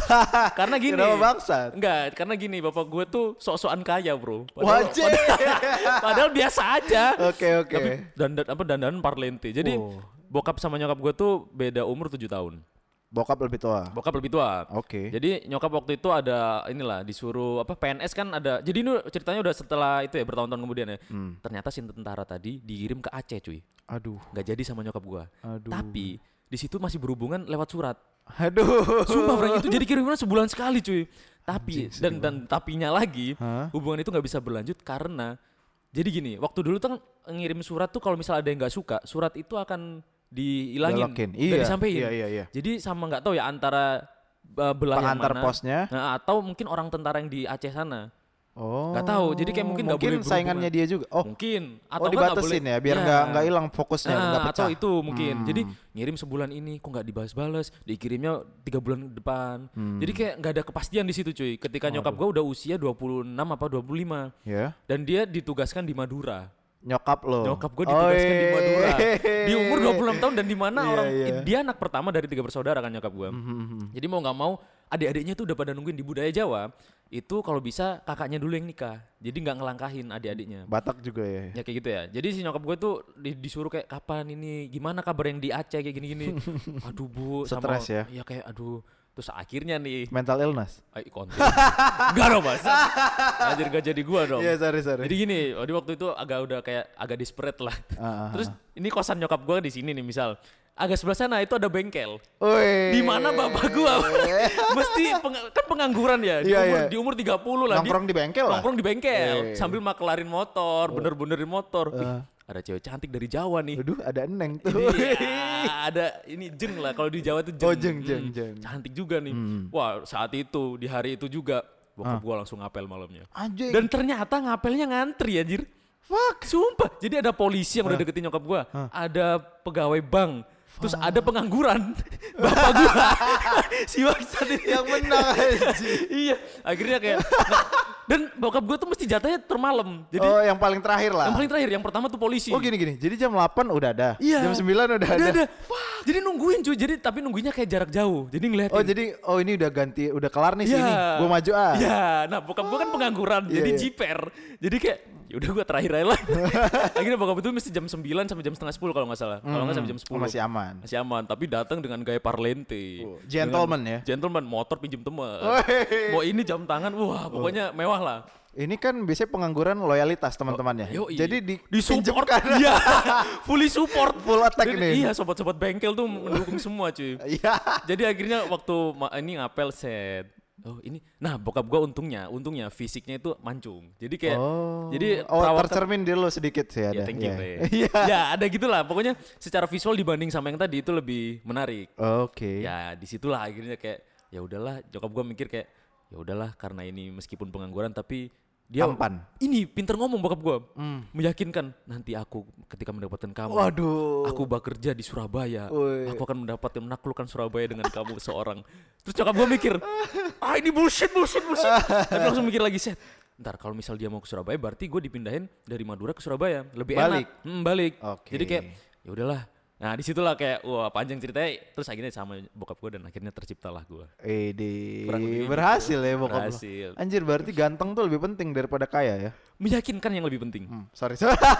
Karena gini. Kenapa bangsat? Enggak, karena gini bapak gua tuh sok-sokan kaya, Bro. Padahal, Wajib. padahal, padahal biasa aja. Oke oke. Tapi dandan apa dandanan parlente. Jadi Oh. bokap sama nyokap gua tuh beda umur tujuh tahun. Bokap lebih tua. Bokap lebih tua. Oke. Jadi nyokap waktu itu ada inilah disuruh apa P N S kan ada. Jadi ini ceritanya udah setelah itu ya bertahun-tahun kemudian ya. Hmm. Ternyata si tentara tadi dikirim ke Aceh cuy. Aduh. Nggak jadi sama nyokap gua. Aduh. Tapi di situ masih berhubungan lewat surat. Aduh. Sumpah Frank itu jadi kiriman sebulan sekali cuy. Tapi Anjing, dan dan tapinya lagi Hah? hubungan itu nggak bisa berlanjut karena jadi gini waktu dulu tuh ngirim surat tuh kalau misalnya ada yang nggak suka surat itu akan dihilangin, Belokin. nggak Iya. disampein. Iya iya iya. Jadi sama nggak tahu ya antara uh, belah yang Pengantar mana, posnya. nah, atau mungkin orang tentara yang di Aceh sana. Oh. Nggak tahu, jadi kayak mungkin nggak boleh Mungkin saingannya dia juga. Oh. Mungkin Oh atau nggak nggak dibatasin boleh- ya biar Iya. nggak nggak hilang fokusnya Nah, nggak pecah. atau itu mungkin. Hmm. Jadi ngirim sebulan ini kok nggak dibales-bales, dikirimnya tiga bulan depan. Hmm. Jadi kayak nggak ada kepastian di situ cuy. Ketika nyokap gue udah usia dua puluh enam apa dua puluh lima Ya. dan dia ditugaskan di Madura. Nyokap lo. Nyokap gue ditugaskan di Madura di umur dua puluh enam tahun dan di mana Iya, orang iya. dia anak pertama dari tiga bersaudara kan nyokap gue. Mhm. Jadi mau nggak mau adik-adiknya tuh udah pada nungguin di budaya Jawa itu kalau bisa kakaknya dulu yang nikah. Jadi nggak ngelangkahin adik-adiknya. Batak juga ya. Ya kayak gitu ya. Jadi si nyokap gue tuh di- disuruh kayak kapan ini gimana kabar yang di Aceh kayak gini-gini. Aduh bu, sama Stres ya? Iya kayak aduh. Terus akhirnya nih, Mental illness. ay konten. Enggak dong mas. Anjir gak jadi gua dong. Iya sorry sorry. Jadi gini, di waktu itu agak udah kayak agak desperate lah. Ah, ah, Terus ini kosan nyokap gua di sini nih misal. Agak sebelah sana itu ada bengkel. Woi. Di mana bapak gua mesti peng- kan pengangguran ya di Iya, umur iya. di umur tiga puluh lah. Nongkrong di bengkel lah. Nongkrong di bengkel Eh. sambil makelarin motor, bener-benerin motor. Wih, Eh. ada cewek cantik dari Jawa nih. Aduh ada eneng tuh. Ini ya, ada ini jeng lah kalau di Jawa tuh jeng. Oh, jeng, jeng, Hmm, jeng. Cantik juga nih. Hmm. Wah, saat itu di hari itu juga bokap gua langsung ngapel malamnya. Anjing. Dan ternyata ngapelnya ngantri anjir. Fuck. Sumpah. Jadi ada polisi yang udah deketin nyokap gua. Ada pegawai bank. Terus ada pengangguran. Bapak gua. Si bangsat ini. yang menang anjing. Iya. Akhirnya kayak nah, dan bokap gua tuh mesti jatahnya termalam. Jadi Oh yang paling terakhir lah. yang paling terakhir, yang pertama tuh polisi. Oh gini gini. Jadi jam delapan udah ada. Iya. Jam sembilan udah ada. Ada, ada. Jadi nungguin cuy. Jadi tapi nungguinnya kayak jarak jauh. Jadi ngeliatin. Oh jadi oh ini udah ganti udah kelar nih Iya. sini. Gua maju ah. Iya, nah bokap gua kan pengangguran, Iya, jadi iya. jiper. Jadi kayak ya udah gua terakhir aja lah. Akhirnya bokap itu mesti jam sembilan sampai jam setengah sepuluh kalau nggak salah. Kalau nggak sampai jam Oh, sepuluh. masih aman. Masih aman, tapi datang dengan gaya parlente. Oh, gentleman Dengan- ya? Gentleman, motor pinjem teman. Woi. Mau ini jam tangan, wah pokoknya mewah lah. Ini kan biasanya pengangguran loyalitas teman-temannya. Yoi. Jadi di di support, pinjemkan. iya, fully support, Full attack Jadi, nih. Iya, sobat-sobat bengkel tuh mendukung semua cuy. Iya. Jadi akhirnya waktu ma- ini ngapel set. Oh ini, nah bokap gua untungnya, untungnya fisiknya itu mancung. Jadi kayak, Oh. jadi oh perawakan- tercermin di lo sedikit sih ada. Ya thank you Iya. Bre. Iya. Ya ada gitulah. Pokoknya secara visual dibanding sama yang tadi itu lebih menarik. Oke. Ya disitulah akhirnya kayak ya udahlah. Nyokap gua mikir kayak ya udahlah karena ini meskipun pengangguran tapi dia Tampan. ini pinter ngomong bokap gua, Hmm. meyakinkan nanti aku ketika mendapatkan kamu. Waduh. Aku bekerja di Surabaya. Woi. Aku akan mendapatkan menaklukkan Surabaya dengan kamu seorang. Terus nyokap gue mikir, ah ini bullshit, bullshit, bullshit. Tapi langsung mikir lagi, set. Ntar kalau misal dia mau ke Surabaya, berarti gue dipindahin dari Madura ke Surabaya. Lebih Balik. enak. Hmm, balik. Oke. Jadi kayak, ya udahlah. Nah disitulah kayak, wah panjang ceritanya. Terus akhirnya sama bokap gue dan akhirnya terciptalah gue. Eh di Kurang lebih berhasil ya bokap lo. Berhasil. Anjir berarti ganteng tuh lebih penting daripada kaya ya. Meyakinkan yang lebih penting. Hmm, sorry.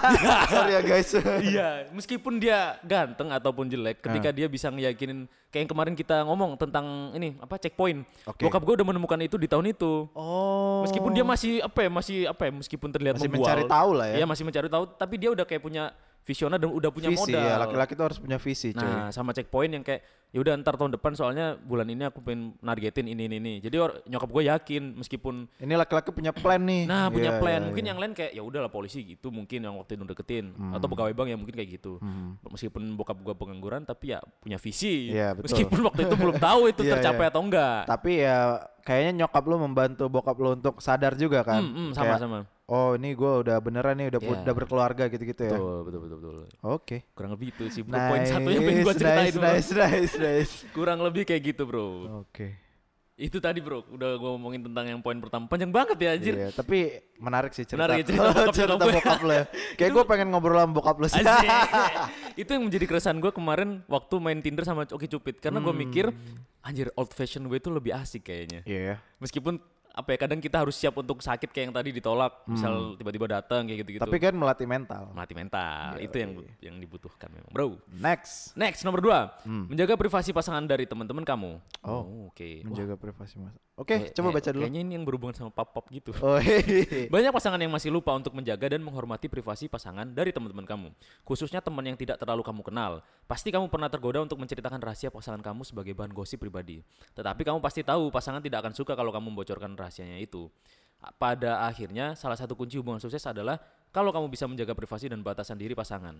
sorry ya guys. Iya, meskipun dia ganteng ataupun jelek, ketika dia bisa ngeyakinin kayak yang kemarin kita ngomong tentang ini apa checkpoint. Oke. Bokap gue udah menemukan itu di tahun itu. Oh. Meskipun dia masih apa ya, masih apa ya, meskipun terlihat Masih membual. mencari tahu lah ya. Iya, masih mencari tahu, tapi dia udah kayak punya visioner dan udah punya visi modal. ya, laki-laki tuh harus punya visi, cuy. Nah, sama checkpoint yang kayak ya udah ntar tahun depan soalnya bulan ini aku pengen nargetin ini ini ini. Jadi or, nyokap gue yakin meskipun Ini laki-laki punya plan nih. nah punya Iya, plan. iya, Mungkin iya. yang lain kayak ya udahlah polisi gitu mungkin yang waktu itu deketin atau pegawai bank ya mungkin kayak gitu. Hmm. Meskipun bokap gue pengangguran tapi ya punya visi. Iya, betul. Meskipun waktu itu belum tahu itu Iya, tercapai iya. atau enggak. Tapi ya kayaknya nyokap lu membantu bokap lu untuk sadar juga kan. Hmm, hmm, Kayak, sama-sama. oh ini gue udah beneran nih udah Iya. udah berkeluarga gitu-gitu ya. Betul, betul, betul, betul. Oke. Kurang lebih itu sih bro. Nice, Poin satunya pengen gue ceritain nice, bro. nice, nice, nice. Kurang lebih kayak gitu bro. Oke. Itu tadi bro, udah gue ngomongin tentang yang poin pertama. Panjang banget ya anjir. Iya, tapi menarik sih cerita. Menarik ya cerita bokap cerita nyokap gue. bokap lu ya. Kayak gue pengen ngobrol sama bokap lu sih. Asik. Itu yang menjadi keresahan gue kemarin waktu main Tinder sama Oki Cupid. Karena gue mikir, anjir old fashion gue itu lebih asik kayaknya. Iya ya. Meskipun apa ya kadang kita harus siap untuk sakit kayak yang tadi ditolak. Misal tiba-tiba datang kayak gitu-gitu. Tapi kan melatih mental. Melatih mental, Iya, itu yang yang dibutuhkan memang bro. Next. Next, nomor dua. Menjaga privasi pasangan dari teman-teman kamu. Oh, oke. Menjaga privasi mas. Oke, Kayak- coba kayak- baca dulu. Kayaknya ini yang berhubungan sama pop-pop gitu. Oh, hehehe. Banyak pasangan yang masih lupa untuk menjaga dan menghormati privasi pasangan dari teman-teman kamu. Khususnya teman yang tidak terlalu kamu kenal. Pasti kamu pernah tergoda untuk menceritakan rahasia pasangan kamu sebagai bahan gosip pribadi. Tetapi kamu pasti tahu pasangan tidak akan suka kalau kamu membocorkan rahasianya itu. Pada akhirnya, salah satu kunci hubungan sukses adalah kalau kamu bisa menjaga privasi dan batasan diri pasangan.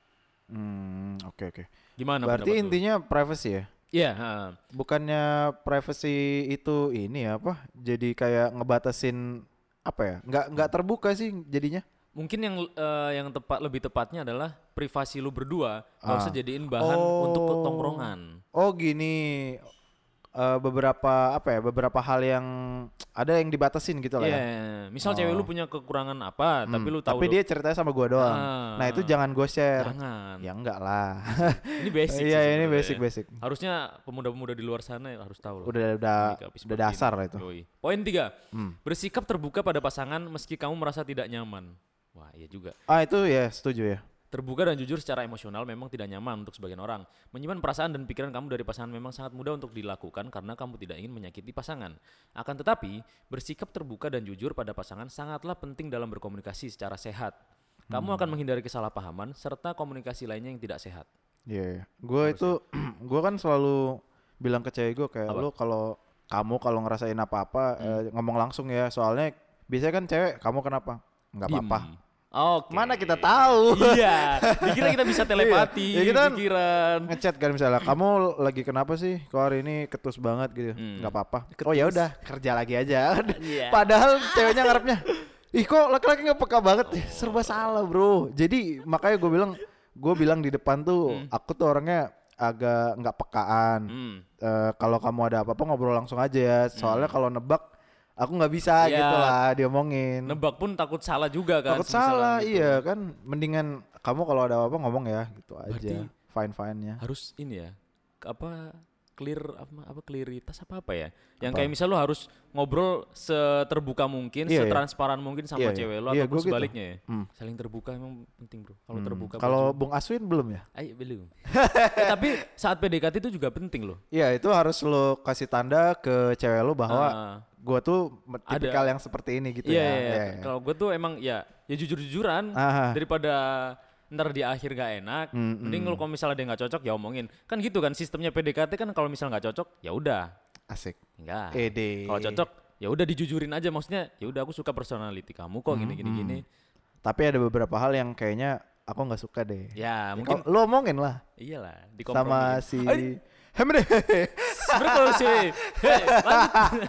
Hmm, oke oke. Gimana Berarti pendapat lu? intinya privacy ya? Iya, ha. Bukannya privacy itu ini ya apa? Jadi kayak ngebatasin apa ya? Nggak nggak terbuka sih jadinya. Mungkin yang eh, yang tepat lebih tepatnya adalah privasi lu berdua nggak Ah. usah jadiin bahan Oh. untuk ketongkrongan. Oh gini. Eh, beberapa apa ya? Beberapa hal yang ada yang dibatasin gitu lah Iya, ya. misal cewek lu Oh. punya kekurangan apa, tapi Hmm, lu tahu tapi do- dia ceritanya sama gua doang. Ah. Nah, itu jangan gue share. jangan. Ya enggak lah. Ini basic. sih Iya, ini sebenarnya. basic basic. Harusnya pemuda-pemuda di luar sana harus tahu. lah. Udah udah Menyikapi udah seperti dasar ini. lah itu. Yoi. Poin tiga, Hmm. bersikap terbuka pada pasangan meski kamu merasa tidak nyaman. Wah, iya juga. Ah, itu ya setuju ya. Terbuka dan jujur secara emosional memang tidak nyaman untuk sebagian orang. Menyimpan perasaan dan pikiran kamu dari pasangan memang sangat mudah untuk dilakukan karena kamu tidak ingin menyakiti pasangan. Akan tetapi, bersikap terbuka dan jujur pada pasangan sangatlah penting dalam berkomunikasi secara sehat. Kamu Hmm. akan menghindari kesalahpahaman serta komunikasi lainnya yang tidak sehat. Iya, gue itu gue kan selalu bilang ke cewek gue kayak Apa? lu kalau kamu kalau ngerasain apa-apa eh, ngomong langsung ya, soalnya biasanya kan cewek kamu kenapa? Nggak Diem. apa-apa. Oke. Mana kita tahu? Iya, dikira kita bisa telepati, Iya, ya kita kan pikiran. Ngechat kan misalnya, kamu lagi kenapa sih? Kok hari ini ketus banget gitu? Hmm. Nggak apa-apa. Oh ya udah, kerja lagi aja. Iya. Padahal ceweknya ngarepnya, ih kok laki-laki nggak peka banget? Serba salah bro. Jadi makanya gue bilang, gue bilang di depan tuh, aku tuh orangnya agak nggak pekaan. Hmm. Eh, kalau kamu ada apa-apa ngobrol langsung aja ya. Soalnya kalau nebak, aku nggak bisa Ya. gitu lah diomongin. Nebak pun takut salah juga kan. Takut semisalnya salah, gitu. iya kan. Mendingan kamu kalau ada apa-apa ngomong ya, gitu aja. Berarti- Fine-fine-nya. Harus ini ya, apa clear apa apa clearitas apa apa ya? Yang Apa? kayak misal lo harus ngobrol seterbuka mungkin, Iya, iya. setransparan mungkin sama Iya, iya. cewek lo Iya, ataupun gua gitu. sebaliknya ya. Hmm. Saling terbuka emang penting bro. Kalau Hmm. terbuka. Kalau baju- Bung Aswin belum ya? Ayo belum. Eh, tapi saat P D K T itu juga penting loh. Iya, itu harus lo kasih tanda ke cewek lo bahwa Ah. gua tuh me- Ada. tipikal yang seperti ini gitu Iya, ya. iya, Iya, iya. iya. Kalau gue tuh emang ya ya jujur-jujuran Aha. daripada ntar di akhir gak enak. Mm, Mending mm. kalau misalnya dia nggak cocok ya omongin. Kan gitu kan sistemnya P D K T kan kalau misalnya nggak cocok ya udah Asik. enggak. Ede. Kalau cocok ya udah dijujurin aja maksudnya ya udah aku suka personality kamu kok gini gini Hmm, gini. Tapi ada beberapa hal yang kayaknya aku nggak suka deh. Ya Ya, mungkin kal- lo omongin lah iyalah di sama si Ay, Hemde. sebenarnya sih. Hei, lanjut.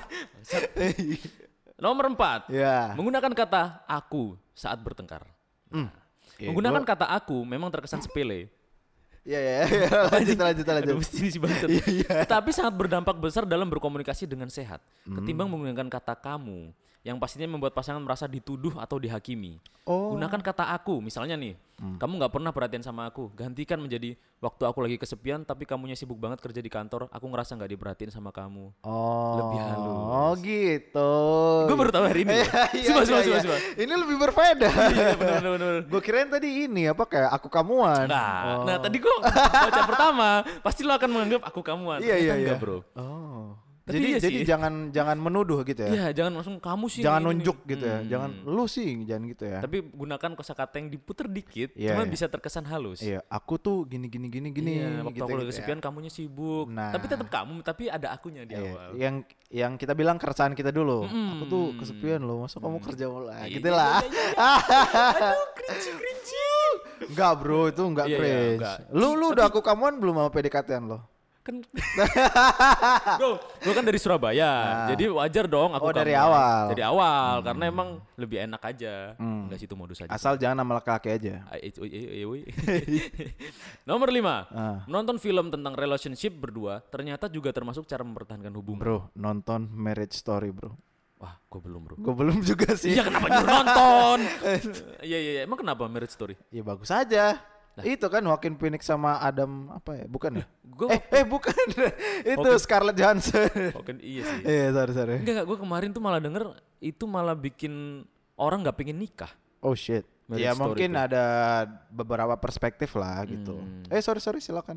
Nomor empat, Ya. menggunakan kata aku saat bertengkar. Hmm. Iya, Menggunakan gua- kata aku memang terkesan sepele. Iya, iya, iya. Lanjut, lanjut, lanjut. Aduh, mesti si bangsat. Tapi sangat berdampak besar dalam berkomunikasi dengan sehat. Ketimbang menggunakan kata kamu yang pastinya membuat pasangan merasa dituduh atau dihakimi. Oh. Gunakan kata aku, misalnya nih, kamu nggak pernah perhatian sama aku. Gantikan menjadi waktu aku lagi kesepian tapi kamunya sibuk banget kerja di kantor, aku ngerasa nggak diperhatiin sama kamu. Oh. Lebih halus. Oh gitu. Gue baru tahu hari ini. Iya, loh. iya, Coba, iya, coba, iya. coba, coba. Ini lebih berbeda. Iya, bener, bener, bener. Gue kirain tadi ini apa kayak aku kamuan. Nah, Oh. nah tadi gue baca pertama, pasti lo akan menganggap aku kamuan. Iya, Ternyata iya, enggak, iya. bro. Oh. Tapi jadi iya jadi sih. jangan jangan menuduh gitu ya. Iya, jangan langsung kamu sih. Jangan ini, nunjuk ini. gitu ya. Hmm. Jangan lu sih, jangan gitu ya. Tapi gunakan kosakata yang diputer dikit, Iya, cuma iya. bisa terkesan halus. Iya, aku tuh gini gini gini gini Iya, waktu gitu, aku lagi gitu kesepian ya. kamunya sibuk. Nah. Tapi tetap kamu, tapi ada akunya di Iya, awal. yang yang kita bilang keresahan kita dulu. Mm-mm. Aku tuh kesepian loh, masa kamu kerja mulu Iya, gitu iya, lah. iya, iya. Aduh, cringy-cringy. Enggak bro, itu enggak Iya, iya, cringe. enggak. Lu lu udah aku kamuan belum sama P D K T-an lo? Kan Bro, gue kan dari Surabaya. Nah. Jadi wajar dong aku Oh, dari kamu. awal. Dari awal karena emang lebih enak aja. Hmm. Enggak situ modus aja. Asal jangan sama laki-laki aja. Ah, it- oi- oi- oi- oi. Nomor lima, Ah. menonton film tentang relationship berdua ternyata juga termasuk cara mempertahankan hubungan. Bro, nonton Marriage Story, bro. Wah, gue belum bro. Gue belum juga sih. Iya kenapa nyuruh nonton? Iya iya iya. Emang kenapa Marriage Story? Ya bagus aja. Itu kan Joaquin Phoenix sama Adam apa ya? Bukan ya? Gue Eh, eh bukan. Itu Joaquin- Scarlett Johansson. Oke, iya sih. Iya, sorry sorry. Enggak enggak. Gue kemarin tuh malah denger itu malah bikin orang nggak pengen nikah. Oh shit. Marriage Ya Story mungkin itu. ada beberapa perspektif lah gitu. Hmm. Eh sorry sorry silakan.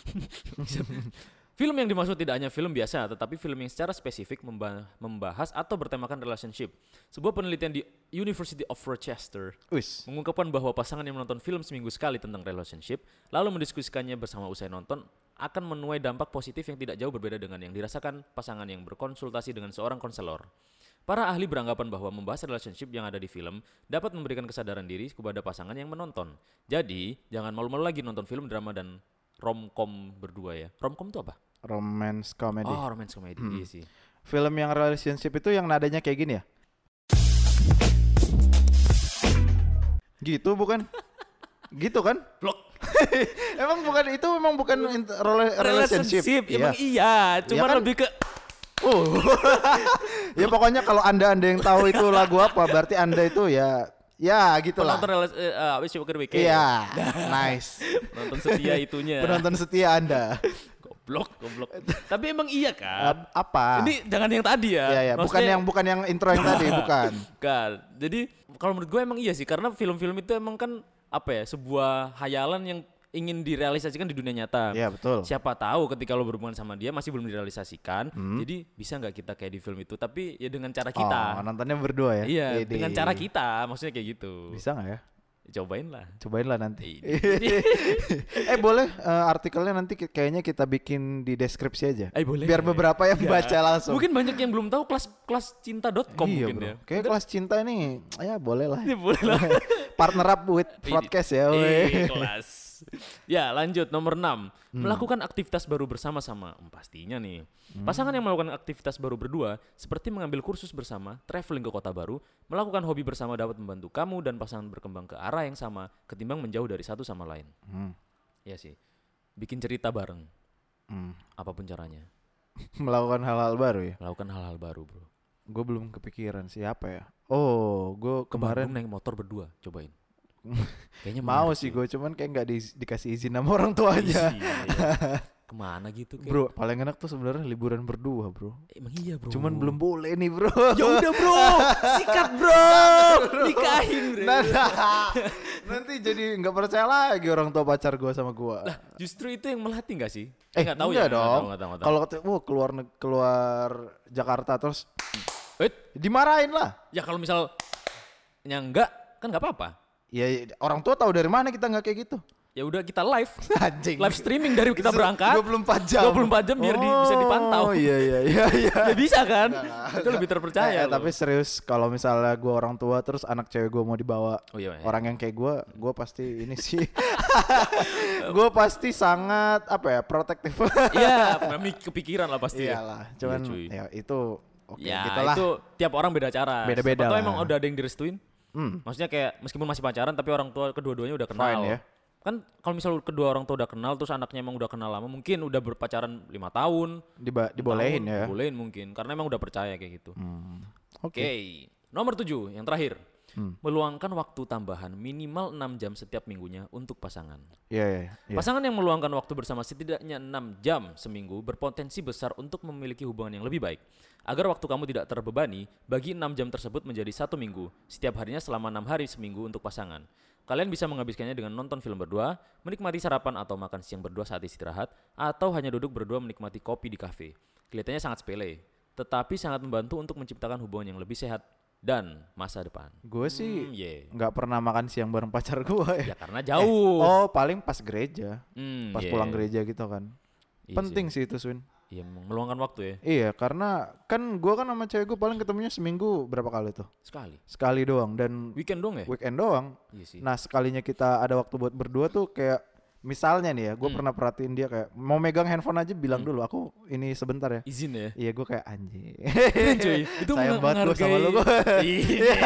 Film yang dimaksud tidak hanya film biasa, tetapi film yang secara spesifik memba- membahas atau bertemakan relationship. Sebuah penelitian di University of Rochester Wis. mengungkapkan bahwa pasangan yang menonton film seminggu sekali tentang relationship, lalu mendiskusikannya bersama usai nonton, akan menuai dampak positif yang tidak jauh berbeda dengan yang dirasakan pasangan yang berkonsultasi dengan seorang konselor. Para ahli beranggapan bahwa membahas relationship yang ada di film dapat memberikan kesadaran diri kepada pasangan yang menonton. Jadi, jangan malu-malu lagi nonton film drama dan romcom berdua ya. Romcom itu apa? Romance comedy. Oh, romance comedy, Hmm. iya sih. Film yang relationship itu yang nadanya kayak gini ya? Gitu bukan? Gitu kan? Blok. Emang bukan itu memang bukan int- rela- relationship. emang Iya. iya, cuma kan? lebih ke Oh. Ya pokoknya kalau Anda-anda yang tahu itu lagu apa, berarti Anda itu ya ya gitulah. penonton relasi eh, uh, apa sih weekend. Iya. Nice. Penonton setia itunya. Penonton setia Anda. Goblok, goblok. Tapi emang iya kan? Ap- apa? Ini jangan yang tadi ya. Iya, ya, bukan Maksudnya- yang bukan yang intro yang tadi, bukan. Bukan. Jadi kalau menurut gue emang iya sih, karena film-film itu emang kan apa ya, sebuah hayalan yang ingin direalisasikan di dunia nyata. Iya, betul. Siapa tahu ketika lo berhubungan sama dia masih belum direalisasikan. Hmm. Jadi bisa nggak kita kayak di film itu? Tapi ya dengan cara Oh, kita. nontonnya berdua ya? Iya, Ide. dengan cara kita, maksudnya kayak gitu. Bisa nggak ya? Cobain lah. Cobain lah nanti. Ini. eh boleh eh, artikelnya nanti ki- kayaknya kita bikin di deskripsi aja. Eh, boleh. Biar beberapa yang Enggak. baca langsung. Mungkin banyak yang belum tahu kelas kelas cinta dot com iya, mungkin bro. ya. Kayak kelas cinta ini ya boleh lah. Ini boleh lah. Partner up with podcast ya. Eh, weh. kelas. Ya, lanjut nomor enam. Hmm. Melakukan aktivitas baru bersama-sama. Hmm, pastinya nih. Pasangan yang melakukan aktivitas baru berdua seperti mengambil kursus bersama, traveling ke kota baru, melakukan hobi bersama dapat membantu kamu dan pasangan berkembang ke arah yang sama ketimbang menjauh dari satu sama lain. Hmm. Iya sih. Bikin cerita bareng. Hmm. Apapun caranya. Melakukan hal-hal baru ya. Melakukan hal-hal baru, Bro. Gue belum kepikiran siapa ya. Oh, gue Ke kemarin Bandung naik motor berdua, cobain. Kayaknya mau menarik sih gue, cuman kayak nggak di- dikasih izin sama orang tuanya. Iya, iya. Kemana gitu kayak. Bro, paling enak tuh sebenarnya liburan berdua, bro. Emang iya, Bro. Cuman belum boleh nih, bro. Ya udah, Bro. Sikat, Bro. Nikahin, Bro. Nah, nah, nanti jadi nggak percaya lagi orang tua pacar gue sama gue. Lah, justru itu yang melatih gak sih? Eh, nggak tahu enggak ya. dong. Nggak tahu, nggak tahu. Kalau kata- wah, keluar neg- keluar Jakarta terus Eh, dimarahin lah. ya kalau misal nya enggak, kan nggak apa-apa. Ya orang tua tahu dari mana kita nggak kayak gitu. Ya udah kita live. Anjing. Live streaming dari kita berangkat. dua puluh empat jam. dua puluh empat jam biar di- bisa dipantau. Oh iya iya iya iya. Ya bisa kan? Itu lebih terpercaya. Eh, eh, loh. tapi serius kalau misalnya gue orang tua terus anak cewek gue mau dibawa Oh iya, iya. orang yang kayak gue, gue pasti ini sih. Gue pasti sangat apa ya protektif. Iya, memang kepikiran lah pasti. ya. Iyalah, cuman Iya, cuy. ya itu oke Ya gitu lah. itu tiap orang beda cara. Beda-beda Siapa tahu lah. emang udah ada yang direstuin. Hmm. Maksudnya kayak meskipun masih pacaran tapi orang tua kedua-duanya udah kenal. Fine ya. Kan kalau misal kedua orang tua udah kenal terus anaknya emang udah kenal lama mungkin udah berpacaran lima tahun. Diba- dibolehin tahun, ya. Dibolehin mungkin karena emang udah percaya kayak gitu. Hmm. Oke. Oke. Nomor tujuh yang terakhir. Hmm. Meluangkan waktu tambahan minimal enam jam setiap minggunya untuk pasangan. Iya iya. iya. Pasangan yang meluangkan waktu bersama setidaknya enam jam seminggu berpotensi besar untuk memiliki hubungan yang lebih baik. Agar waktu kamu tidak terbebani, bagi enam jam tersebut menjadi satu minggu, setiap harinya selama enam hari seminggu untuk pasangan. Kalian bisa menghabiskannya dengan nonton film berdua, menikmati sarapan atau makan siang berdua saat istirahat, atau hanya duduk berdua menikmati kopi di kafe. Kelihatannya sangat sepele, tetapi sangat membantu untuk menciptakan hubungan yang lebih sehat dan masa depan. Gue sih Hmm, yeah. nggak pernah makan siang bareng pacar gue ya. Ya karena jauh. Eh, oh paling pas gereja, Hmm, pas yeah. pulang gereja gitu kan. Iya Penting sih itu Swin. Iya, meluangkan waktu ya. Iya karena kan gue kan sama cewek gue paling ketemunya seminggu berapa kali tuh? Sekali. Sekali doang dan Weekend dong ya? weekend doang. Iya sih. Nah sekalinya kita ada waktu buat berdua tuh kayak misalnya nih ya, gue Hmm. pernah perhatiin dia kayak mau megang handphone aja bilang Hmm. dulu aku ini sebentar ya. Izin ya. Iya gue kayak anjing. Keren, cuy. Itu sayang meng- banget gue sama lu gue. Iya.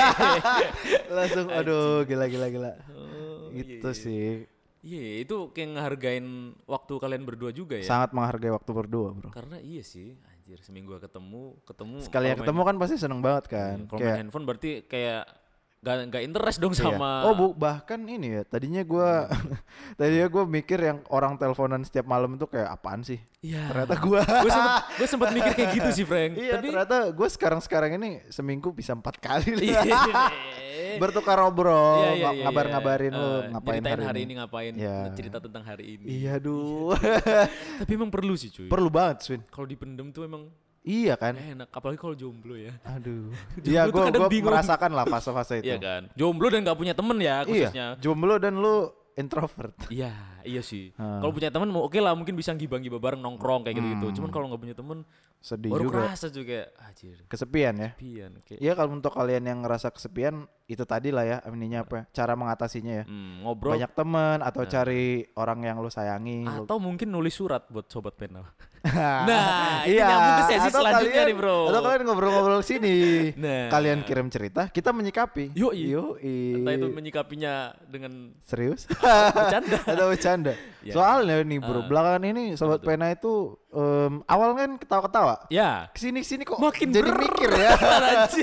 Langsung aduh gila gila gila. Oh, Gitu iya, iya. sih. Iya, itu kayak ngehargain waktu kalian berdua juga ya. Sangat menghargai waktu berdua bro. Karena iya sih, anjir seminggu ketemu, ketemu. Sekali kalau ketemu main- kan pasti seneng banget kan. Iya, kalau Kayak main handphone berarti kayak gak, gak interest dong iya. sama. Oh bu bahkan ini ya tadinya gue tadinya gue mikir yang orang teleponan setiap malam itu kayak apaan sih. Iya. Ternyata gue gue sempet, gue sempet mikir kayak gitu sih, Frank. iya Tapi ternyata gue sekarang sekarang ini seminggu bisa empat kali Iya. lah. Bertukar obrol, Iya, iya, ngab- iya, ngabar-ngabarin iya. lu Eh, ngapain nyeritain hari, hari ini. ini ngapain, Iya. cerita tentang hari ini. Iya duh. Tapi emang perlu sih, cuy. Perlu banget Swin. Kalau dipendem tuh emang Iya kan. enak, apalagi kalau jomblo ya. Aduh. Jomblo Iya tuh gue kadang gue bingung. merasakan lah fase-fase itu. Iya kan. Jomblo dan gak punya temen ya khususnya. Iya. Jomblo dan lu introvert. Iya, iya sih. Hmm. Kalau punya temen mau oke lah, mungkin bisa ngibang-ngibang bareng nongkrong kayak gitu-gitu. Cuman kalau nggak punya temen, Sedih baru juga. kerasa juga, anjir. Kesepian ya. Pian kayak Iya kalau untuk kalian yang ngerasa kesepian itu tadi lah ya ininya apa? Cara mengatasinya ya. hmm, ngobrol Banyak teman atau cari orang yang lu sayangi. lu- atau mungkin nulis surat buat sobat pena. nah, Nah, ini nyambung ke sesi atau selanjutnya kalian- nih, bro. Atau kalian ngobrol-ngobrol sini. Nah. Kalian kirim cerita, kita menyikapi. Yoi. Yoi. Entah itu menyikapinya dengan Serius? bercanda. Atau bercanda. Ya. Soalnya nih bro, Ah. belakangan ini sobat Apa tuh? pena itu em, awal kan ketawa-ketawa. Ya. Kesini sini kok Makin jadi berat. mikir ya. Anjir.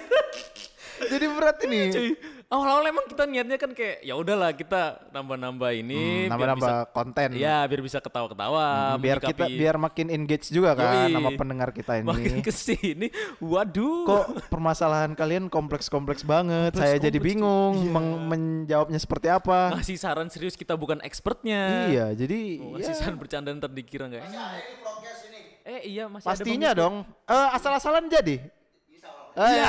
Jadi berat ini. Cuy, awal-awal emang kita niatnya kan kayak ya udahlah kita nambah-nambah ini Hmm, biar bisa nambah-nambah konten. ya biar bisa ketawa-ketawa, Hmm, biar kita menyikapi- biar makin engage juga kan Yoi. sama pendengar kita ini. makin kesini, waduh. Kok permasalahan kalian kompleks-kompleks banget. Kompleks, Saya jadi kompleks, bingung cuy. Iya. meng- menjawabnya seperti apa. Ngasih saran serius kita bukan expertnya. Iya, jadi Oh, ya, ngasih saran bercanda ntar dikira nggak? Eh iya masih pastinya ada dong. Eh, asal-asalan jadi. Iya.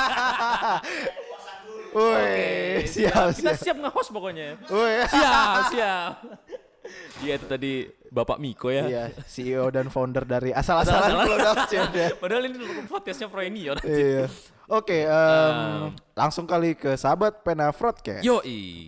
Woi, siap, Kita siap. siap nge-host pokoknya. Woi. Siap, siap. Iya itu tadi Bapak Miko ya. Iya, C E O dan founder dari asal-asalan Asal-asalan. production ya. Padahal ini podcastnya Froenion. Iya. Oke, em, langsung kali ke sahabat pena Broadcast. Yoi.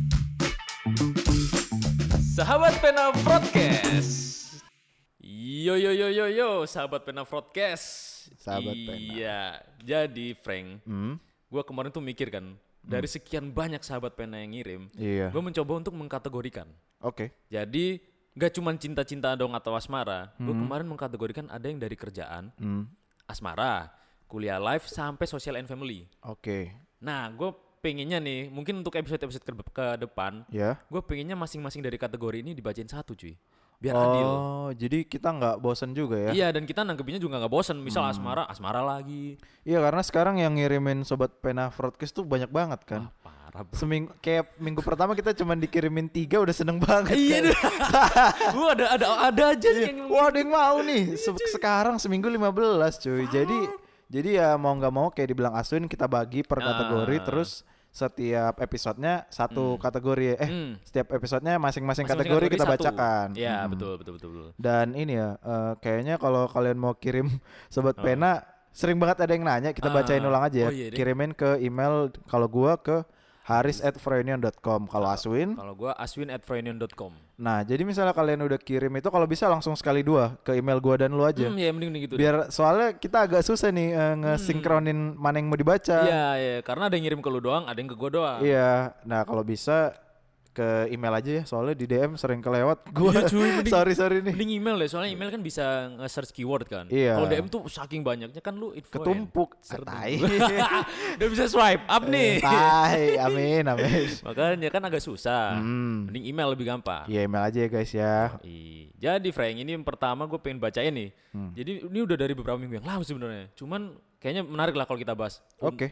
Sahabat Pena Broadcast. Yo yo yo yo yo, sahabat Pena Broadcast. Sahabat Pena. Iya, jadi Frank, Hmm, gue kemarin tuh mikir kan, dari sekian banyak sahabat Pena yang ngirim, iya. gue mencoba untuk mengkategorikan. Oke. Jadi gak cuman cinta-cinta dong atau asmara, gue kemarin mengkategorikan ada yang dari kerjaan, Hmm, asmara, kuliah life sampai social and family. oke. Nah, gue pengennya nih, mungkin untuk episode-episode ke, ke depan, Ya. gue pengennya masing-masing dari kategori ini dibacain satu cuy, biar adil. Oh, jadi kita nggak bosen juga ya? Iya, dan kita nanggepinnya juga nggak bosen. Misal asmara, asmara lagi. Iya, karena sekarang yang ngirimin sobat pena Broadcast tuh banyak banget kan. Wah, parah bro. Seminggu kayak minggu pertama kita cuma dikirimin tiga udah seneng banget. Iya, kan. gue ada ada ada aja sih yang Wah, ada yang mau nih. Se- sekarang seminggu lima belas cuy. Jadi jadi ya mau nggak mau kayak dibilang Aswin kita bagi per kategori Ah. terus setiap episodenya satu kategori eh Hmm. setiap episodenya masing-masing Masing-masing kategori, kita satu. bacakan. Iya, Hmm. betul, betul, betul, betul. Dan ini ya eh, kayaknya kalau kalian mau kirim sobat pena sering banget ada yang nanya, kita Ah. bacain ulang aja ya. Oh, iya deh. Kirimin ke email kalau gua ke haris at froenion dot com. Kalau Aswin, Kalau gue aswin at froenion dot com. nah jadi misalnya kalian udah kirim itu kalau bisa langsung sekali dua ke email gua dan lu aja. Hmm, ya mending mending gitu. deh. Biar soalnya kita agak susah nih eh, ngesinkronin mana yang mau dibaca. Iya, iya, karena ada yang ngirim ke lu doang, ada yang ke gue doang. Iya. Nah, kalau bisa ke email aja ya, soalnya di D M sering kelewat gua. Iya, cuy, mending- sorry sorry nih. Mending email deh, soalnya email kan bisa nge-search keyword kan. Iya. Kalau D M tuh saking banyaknya kan lu info. Ketumpuk. Serem. Tai. Udah bisa swipe up nih. Tai, amin amin. Makanya kan agak susah. Hmm. Mending email lebih gampang. Iya, email aja ya guys ya. Ih, Jadi Frank, ini yang pertama gue pengen bacain nih. Hmm. Jadi ini udah dari beberapa minggu yang lalu sebenarnya. Cuman kayaknya menarik lah kalau kita bahas. Un- Oke.